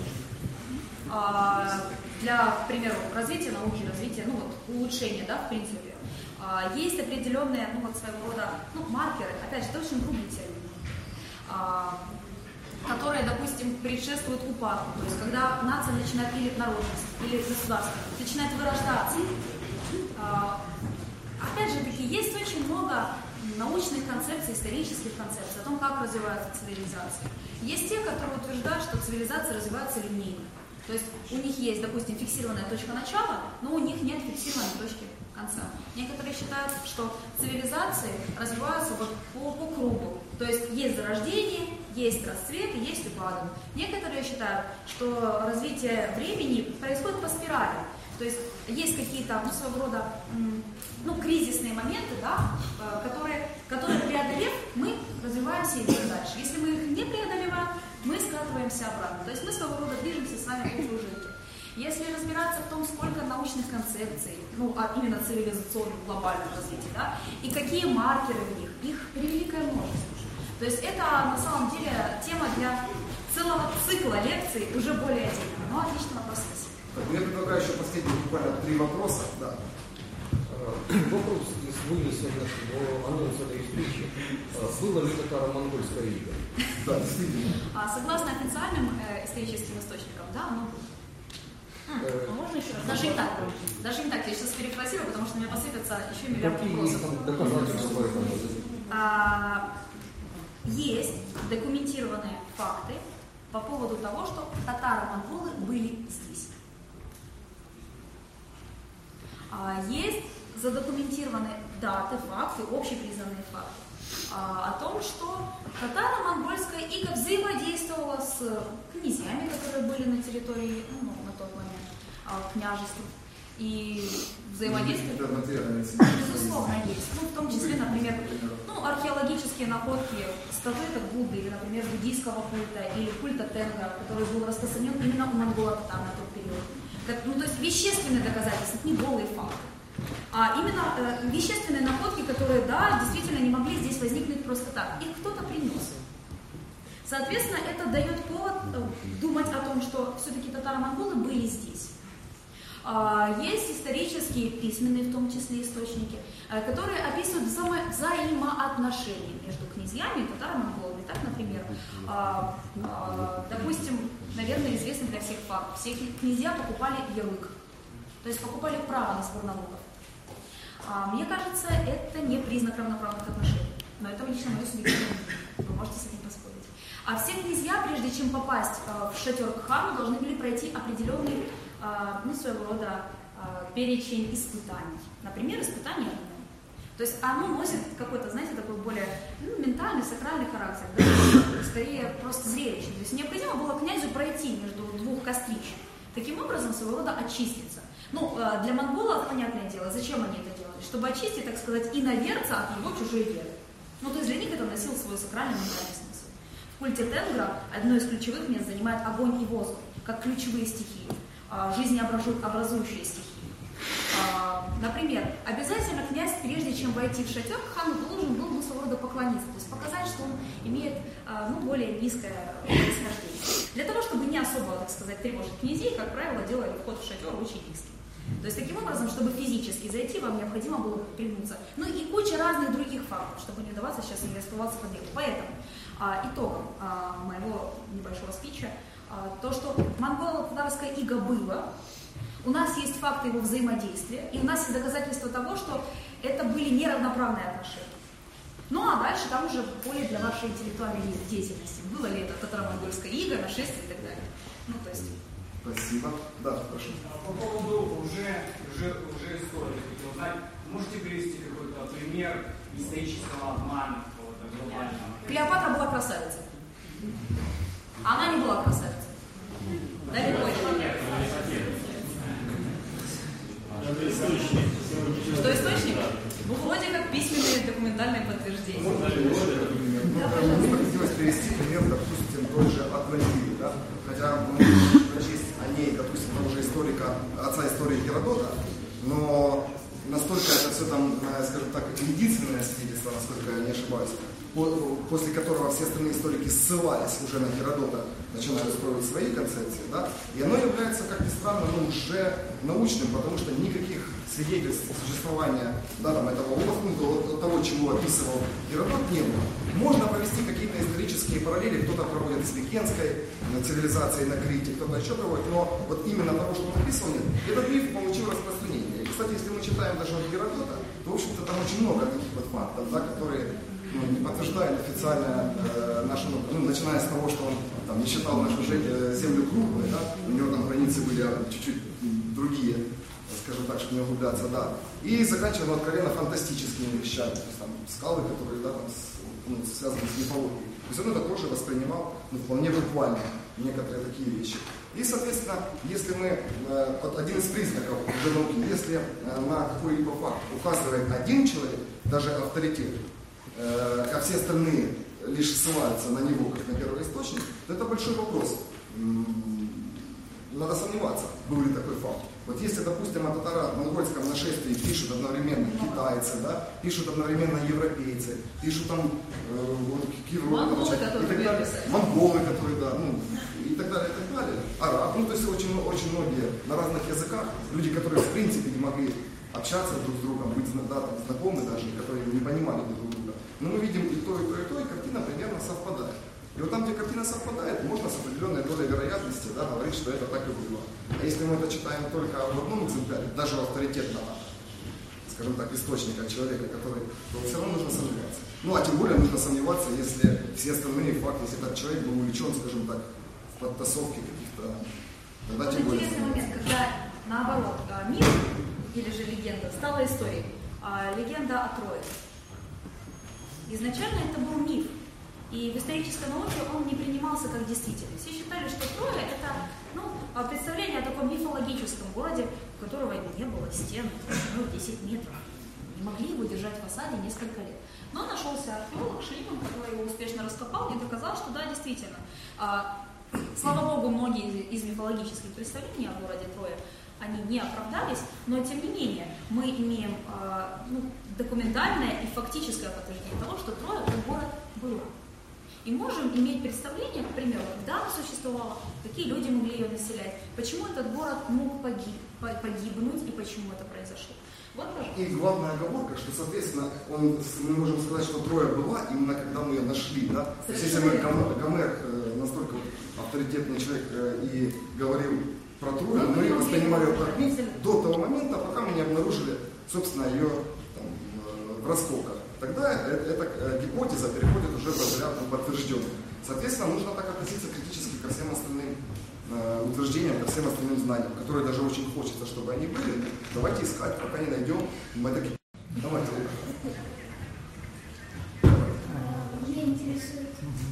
А, для, к примеру, развития науки, развития, ну вот, улучшения, да, в принципе. А, есть определенные, ну вот, своего рода, ну, маркеры, опять же, это очень грубый термин, а, которые, допустим, предшествуют упадку. То есть, когда нация начинает, или народность, или государство, начинает вырождаться. А, опять же таки, есть очень много научных концепций, исторических концепций о том, как развивается цивилизация. Есть те, которые утверждают, что цивилизация развивается линейно. То есть у них есть, допустим, фиксированная точка начала, но у них нет фиксированной точки конца. Некоторые считают, что цивилизации развиваются вот по, по кругу. То есть есть зарождение, есть расцвет и есть упадок. Некоторые считают, что развитие времени происходит по спирали. То есть есть какие-то, ну, своего рода, ну, кризисные моменты, да, которые, которые преодолев, мы развиваемся и идем дальше. Если мы их не преодолеваем, мы скатываемся обратно. То есть мы своего рода движемся с вами по кружинке. Если разбираться в том, сколько научных концепций, ну, а именно цивилизационных, глобальных развитий, да, и какие маркеры в них, их превеликое множество. То есть это на самом деле тема для целого цикла лекций, уже более отдельного. Но отлично, вопрос. Я предлагаю еще последние буквально три вопроса. Да. Вопрос вылез в анонс этой встречи. Было ли татаро-монгольская ига? Да, действительно. А, согласно официальным э, историческим источникам, да, оно было. А можно еще раз? Даже не так. Даже не так. Я сейчас перефразирую, потому что мне посыпятся еще миллиард вопросов. А, есть документированные факты по поводу того, что татаро-монголы были здесь. А, есть задокументированные даты, факты, общепризнанные факты а, о том, что татаро-монгольская ига взаимодействовала с князьями, которые были на территории, ну, на тот момент, а, княжества. И взаимодействие, безусловно, есть. Ну, в том числе, например, ну, археологические находки статуэток Будды, или, например, буддийского культа, или культа Тенгра, который был распространен именно у монголо-татар на тот период. Как, ну, то есть вещественные доказательства, это не голые факты. А именно э, вещественные находки, которые, да, действительно не могли просто так, их кто-то принес. Соответственно, это дает повод думать о том, что все-таки татаро-монголы были здесь. Есть исторические, письменные в том числе источники, которые описывают взаимо- взаимоотношения между князьями и татаро-монголами. Так, например, допустим, наверное, известный для всех факт, все князья покупали ярлык, то есть покупали право на сбор налогов. Мне кажется, это не признак равноправных отношений, но это лично мое субъективное мнение, вы можете с этим поспорить. А все князья, прежде чем попасть в шатер к хану, должны были пройти определенный, ну, своего рода перечень испытаний. Например, испытание огнем. То есть оно носит какой-то, знаете, такой более ну, ментальный, сакральный характер, да? Скорее просто зрелищный. То есть необходимо было князю пройти между двух кострищ, таким образом своего рода очиститься. Ну, для монголов, понятное дело, зачем они это делали? Чтобы очистить, так сказать, иноверца от его чужой веры. Ну, то есть для них это носило свой сакральный ментальный смысл. В культе Тенгра одно из ключевых мест занимает огонь и воздух, как ключевые стихии, жизнеобразующие стихии. Например, обязательно князь, прежде чем войти в шатер, хану должен был ну, своего рода поклониться, то есть показать, что он имеет ну, более низкое происхождение. Для того, чтобы не особо, так сказать, тревожить князей, как правило, делали вход в шатер очень низкий. То есть таким образом, чтобы физически зайти, вам необходимо было пригнуться. Ну и куча разных других фактов, чтобы не вдаваться сейчас и не расплываться по делу. Поэтому а, итогом а, моего небольшого спича а, то, что монголо-татарское иго было, у нас есть факты его взаимодействия, и у нас есть доказательства того, что это были неравноправные отношения. Ну а дальше там уже поле для вашей интеллектуальной деятельности. Было ли это татаро-монгольское иго, нашествие и так далее. Ну то есть... Спасибо. Да, прошу. По поводу уже, уже, уже истории, хотел узнать, можете привести какой-то пример исторического обмана какого-то глобального? Клеопатра была красавицей. Она не была красавицей. Далеко не. Что источник? Ну, вроде как письменные документальные подтверждения. Мне хотелось привести пример, допустим, той же Атлантиды, да? Хотя мы можем прочесть о ней, допустим, того же историка, отца истории Геродота, но настолько это все там, скажем так, единственное свидетельство, насколько я не ошибаюсь, после которого все остальные историки ссылались уже на Геродота, начинают строить свои концепции, да, и оно является, как ни странно, ну, уже научным, потому что никаких свидетельств существования, да, там, этого ну, того, чего описывал Геродот, не было. Можно провести какие-то исторические параллели, кто-то проводит с Микенской цивилизацией на Крите, кто-то еще проводит, но вот именно того, что он описывал, нет. Этот миф получил распространение. И, кстати, если мы читаем даже от Геродота, то, в общем-то, там очень много таких вот фактов, да, которые ну, не подтверждает официально э, нашу, ну, начиная с того, что он там, не считал нашу землю круглой, да, у него там границы были чуть-чуть другие, скажем так, чтобы не углубляться, да, и заканчивая ну, откровенно фантастическими вещами, то есть там скалы, которые да, там, с, ну, связаны с мифологией. То есть он это тоже воспринимал ну, вполне буквально, некоторые такие вещи. И, соответственно, если мы, э, вот один из признаков уже науки, если э, на какой-либо факт указывает один человек, даже авторитет, а все остальные лишь ссылаются на него, как на первый источник, то это большой вопрос. Надо сомневаться, был ли такой факт. Вот если, допустим, о татаро-монгольском нашествии пишут одновременно китайцы, да, пишут одновременно европейцы, пишут там э, вот, монголы, и так далее, монголы, которые, да, ну, и так далее, и так далее, арабы, ну, то есть очень, очень многие на разных языках, люди, которые в принципе не могли общаться друг с другом, быть да, там, знакомы даже, которые не понимали друг друга. Но мы видим и то, и то, и то, и картина примерно совпадает. И вот там, где картина совпадает, можно с определенной долей вероятности да, говорить, что это так и было. А если мы это читаем только в одном экземпляре, даже у авторитетного, скажем так, источника человека, который, то все равно нужно сомневаться. Ну, а тем более нужно сомневаться, если все остальные факты, если этот человек был увлечен, скажем так, в подтасовке каких-то, тогда вот тем более интересный момент, когда наоборот, миф или же легенда стала историей. А легенда о Трое. Изначально это был миф. И в исторической науке он не принимался как действительный. Все считали, что Троя это ну, представление о таком мифологическом городе, у которого не было стен ну, десять метров. Не могли его держать в фасаде несколько лет. Но нашелся археолог Шлиман, который его успешно раскопал и доказал, что да, действительно. А, слава богу, многие из мифологических представлений о городе Троя они не оправдались, но тем не менее мы имеем э, ну, документальное и фактическое подтверждение того, что Троя был город была. И можем иметь представление, к примеру, когда она существовала, какие люди могли ее населять, почему этот город мог погиб, погибнуть и почему это произошло. Вот, пожалуйста. И главная оговорка, что, соответственно, он, мы можем сказать, что Троя была именно когда мы ее нашли. Да? То есть, если мы, Гомер настолько авторитетный человек и говорил про Трою, мы воспринимали ее как миф до того момента, пока мы не обнаружили, собственно, ее там, в раскопках. Тогда эта гипотеза переходит уже в разряд подтвержденных. Соответственно, нужно так относиться критически ко всем остальным э, утверждениям, ко всем остальным знаниям, которые даже очень хочется, чтобы они были. Давайте искать, пока не найдем. Мы таки... Давайте. Меня интересует,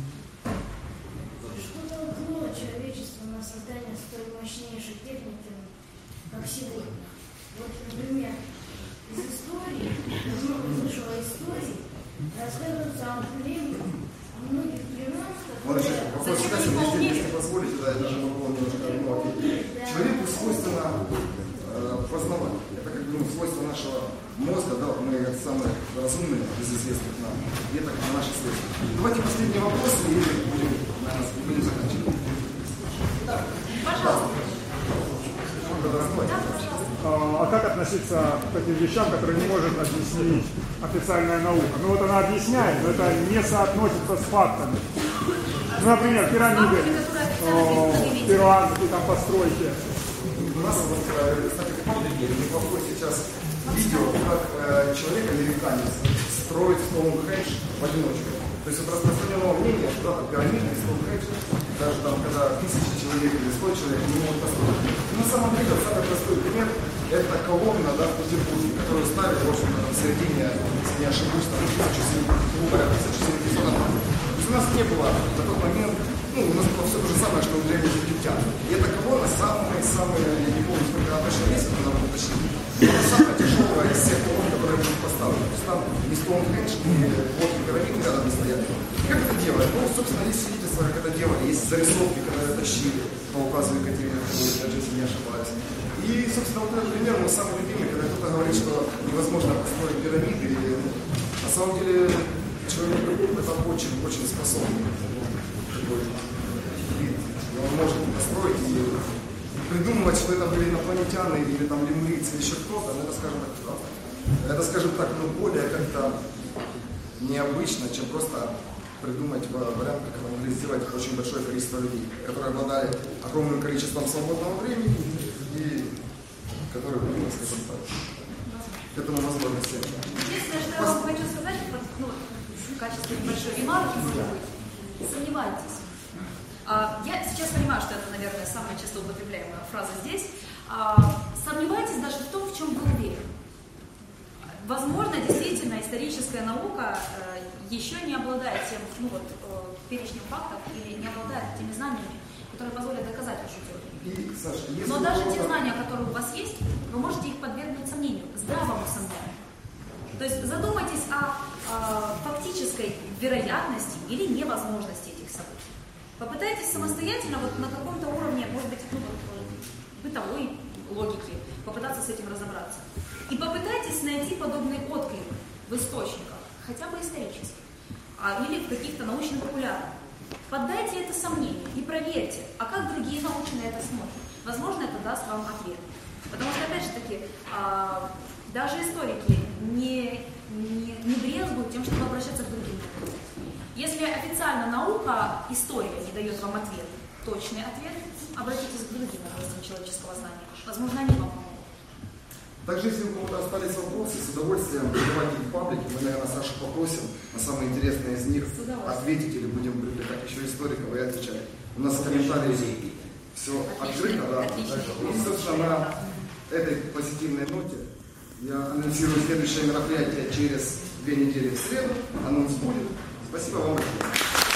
что толкнуло человечество на создание столь мощнейшей техники, как сегодня. Вот, например, из истории, много слышала истории, рассказываются о племенах, о многих племенах, которые... Вопрос считается, если, если позволите, да, я даже могу вам немножко ну, ответить. Человеку свойственно э, познавать. Это как бы ну, свойство нашего мозга, да, мы самые разумные из известных нам. И это на наши свойства. Давайте последний вопрос и будем, наверное, будем заканчивать. Да. Пожалуйста. А как относиться к таким вещам, которые не может объяснить официальная наука? Ну вот она объясняет, но это не соотносится с фактами. Ну, например, пирамиды, перуанские там постройки. У нас, кстати, неплохое сейчас видео, как э, человек-американец строит Стоунхендж в одиночку. То есть вот распространенного мнения, что да, пирамиды и Стоунхендж, даже там, когда тысячи человек или сто человек не могут построить. Но на самом деле, самый простой пример, это колонна, да, в Петербурге, которую ставят, в общем-то, в середине, если не ошибусь, там, тысяча семисот. То есть у нас не было на тот момент, ну, у нас было все то же самое, что у древних египтян. И эта колонна самая-самая, я не помню, сколько она точно весит, но надо уточнить. Она самая тяжелая из всех колонн, которые были поставлены. То есть там не Стоунхендж, не блоки пирамиды рядом не стоят. И как это делать? Ну, собственно, есть свидетельства, как это делали, есть зарисовки, когда это тащили по указу Екатерины, даже если не ошибаюсь. И, собственно, вот этот пример мой самый любимый, когда кто-то говорит, что невозможно построить пирамиды, или, ну, на самом деле человек это очень-очень способный такой вид. Он может построить и придумывать, что это были инопланетяне или там лемурийцы, или еще кто-то, но это, скажем так, правда. Это, скажем так, ну, более как-то необычно, чем просто придумать вариант, как это могли сделать очень большое количество людей, которые обладали огромным количеством свободного времени и которые были, скажем так, к этому возможности. Единственное, что я вам хочу сказать, ну, в качестве небольшой ремарки, может быть, сомневайтесь. Я сейчас понимаю, что это, наверное, самая часто употребляемая фраза здесь. Сомневайтесь даже в том, в чем вы уверены. Возможно, действительно, историческая наука еще не обладает тем, ну вот, перечнем фактов или не обладает теми знаниями, которые позволят доказать вашу теорию. И, Саша, но даже те знания, которые у вас есть, вы можете их подвергнуть сомнению, здравому сомнению. То есть задумайтесь о, о фактической вероятности или невозможности этих событий. Попытайтесь самостоятельно вот на каком-то уровне, может быть, ну, вот, бытовой логики, попытаться с этим разобраться. И попытайтесь найти подобный отклик в источниках, хотя бы исторических, а, или в каких-то научно-популярных. Поддайте это сомнению и проверьте, а как другие науки на это смотрят. Возможно, это даст вам ответ. Потому что, опять же таки, а, даже историки не, не, не брезгуют тем, чтобы обращаться к другим наукам. Если официально наука, история не дает вам ответ, точный ответ, обратитесь к другим областям человеческого знания. Возможно, они вам помогут. Также, если у кого-то остались вопросы, с удовольствием задавайте их в паблике. Мы, наверное, Сашу попросим на самые интересные из них ответить или будем привлекать еще историков и отвечать. У нас в комментариях все открыто, да. И, собственно, на этой позитивной ноте я анонсирую следующее мероприятие через две недели в среду. Анонс будет. Спасибо вам большое.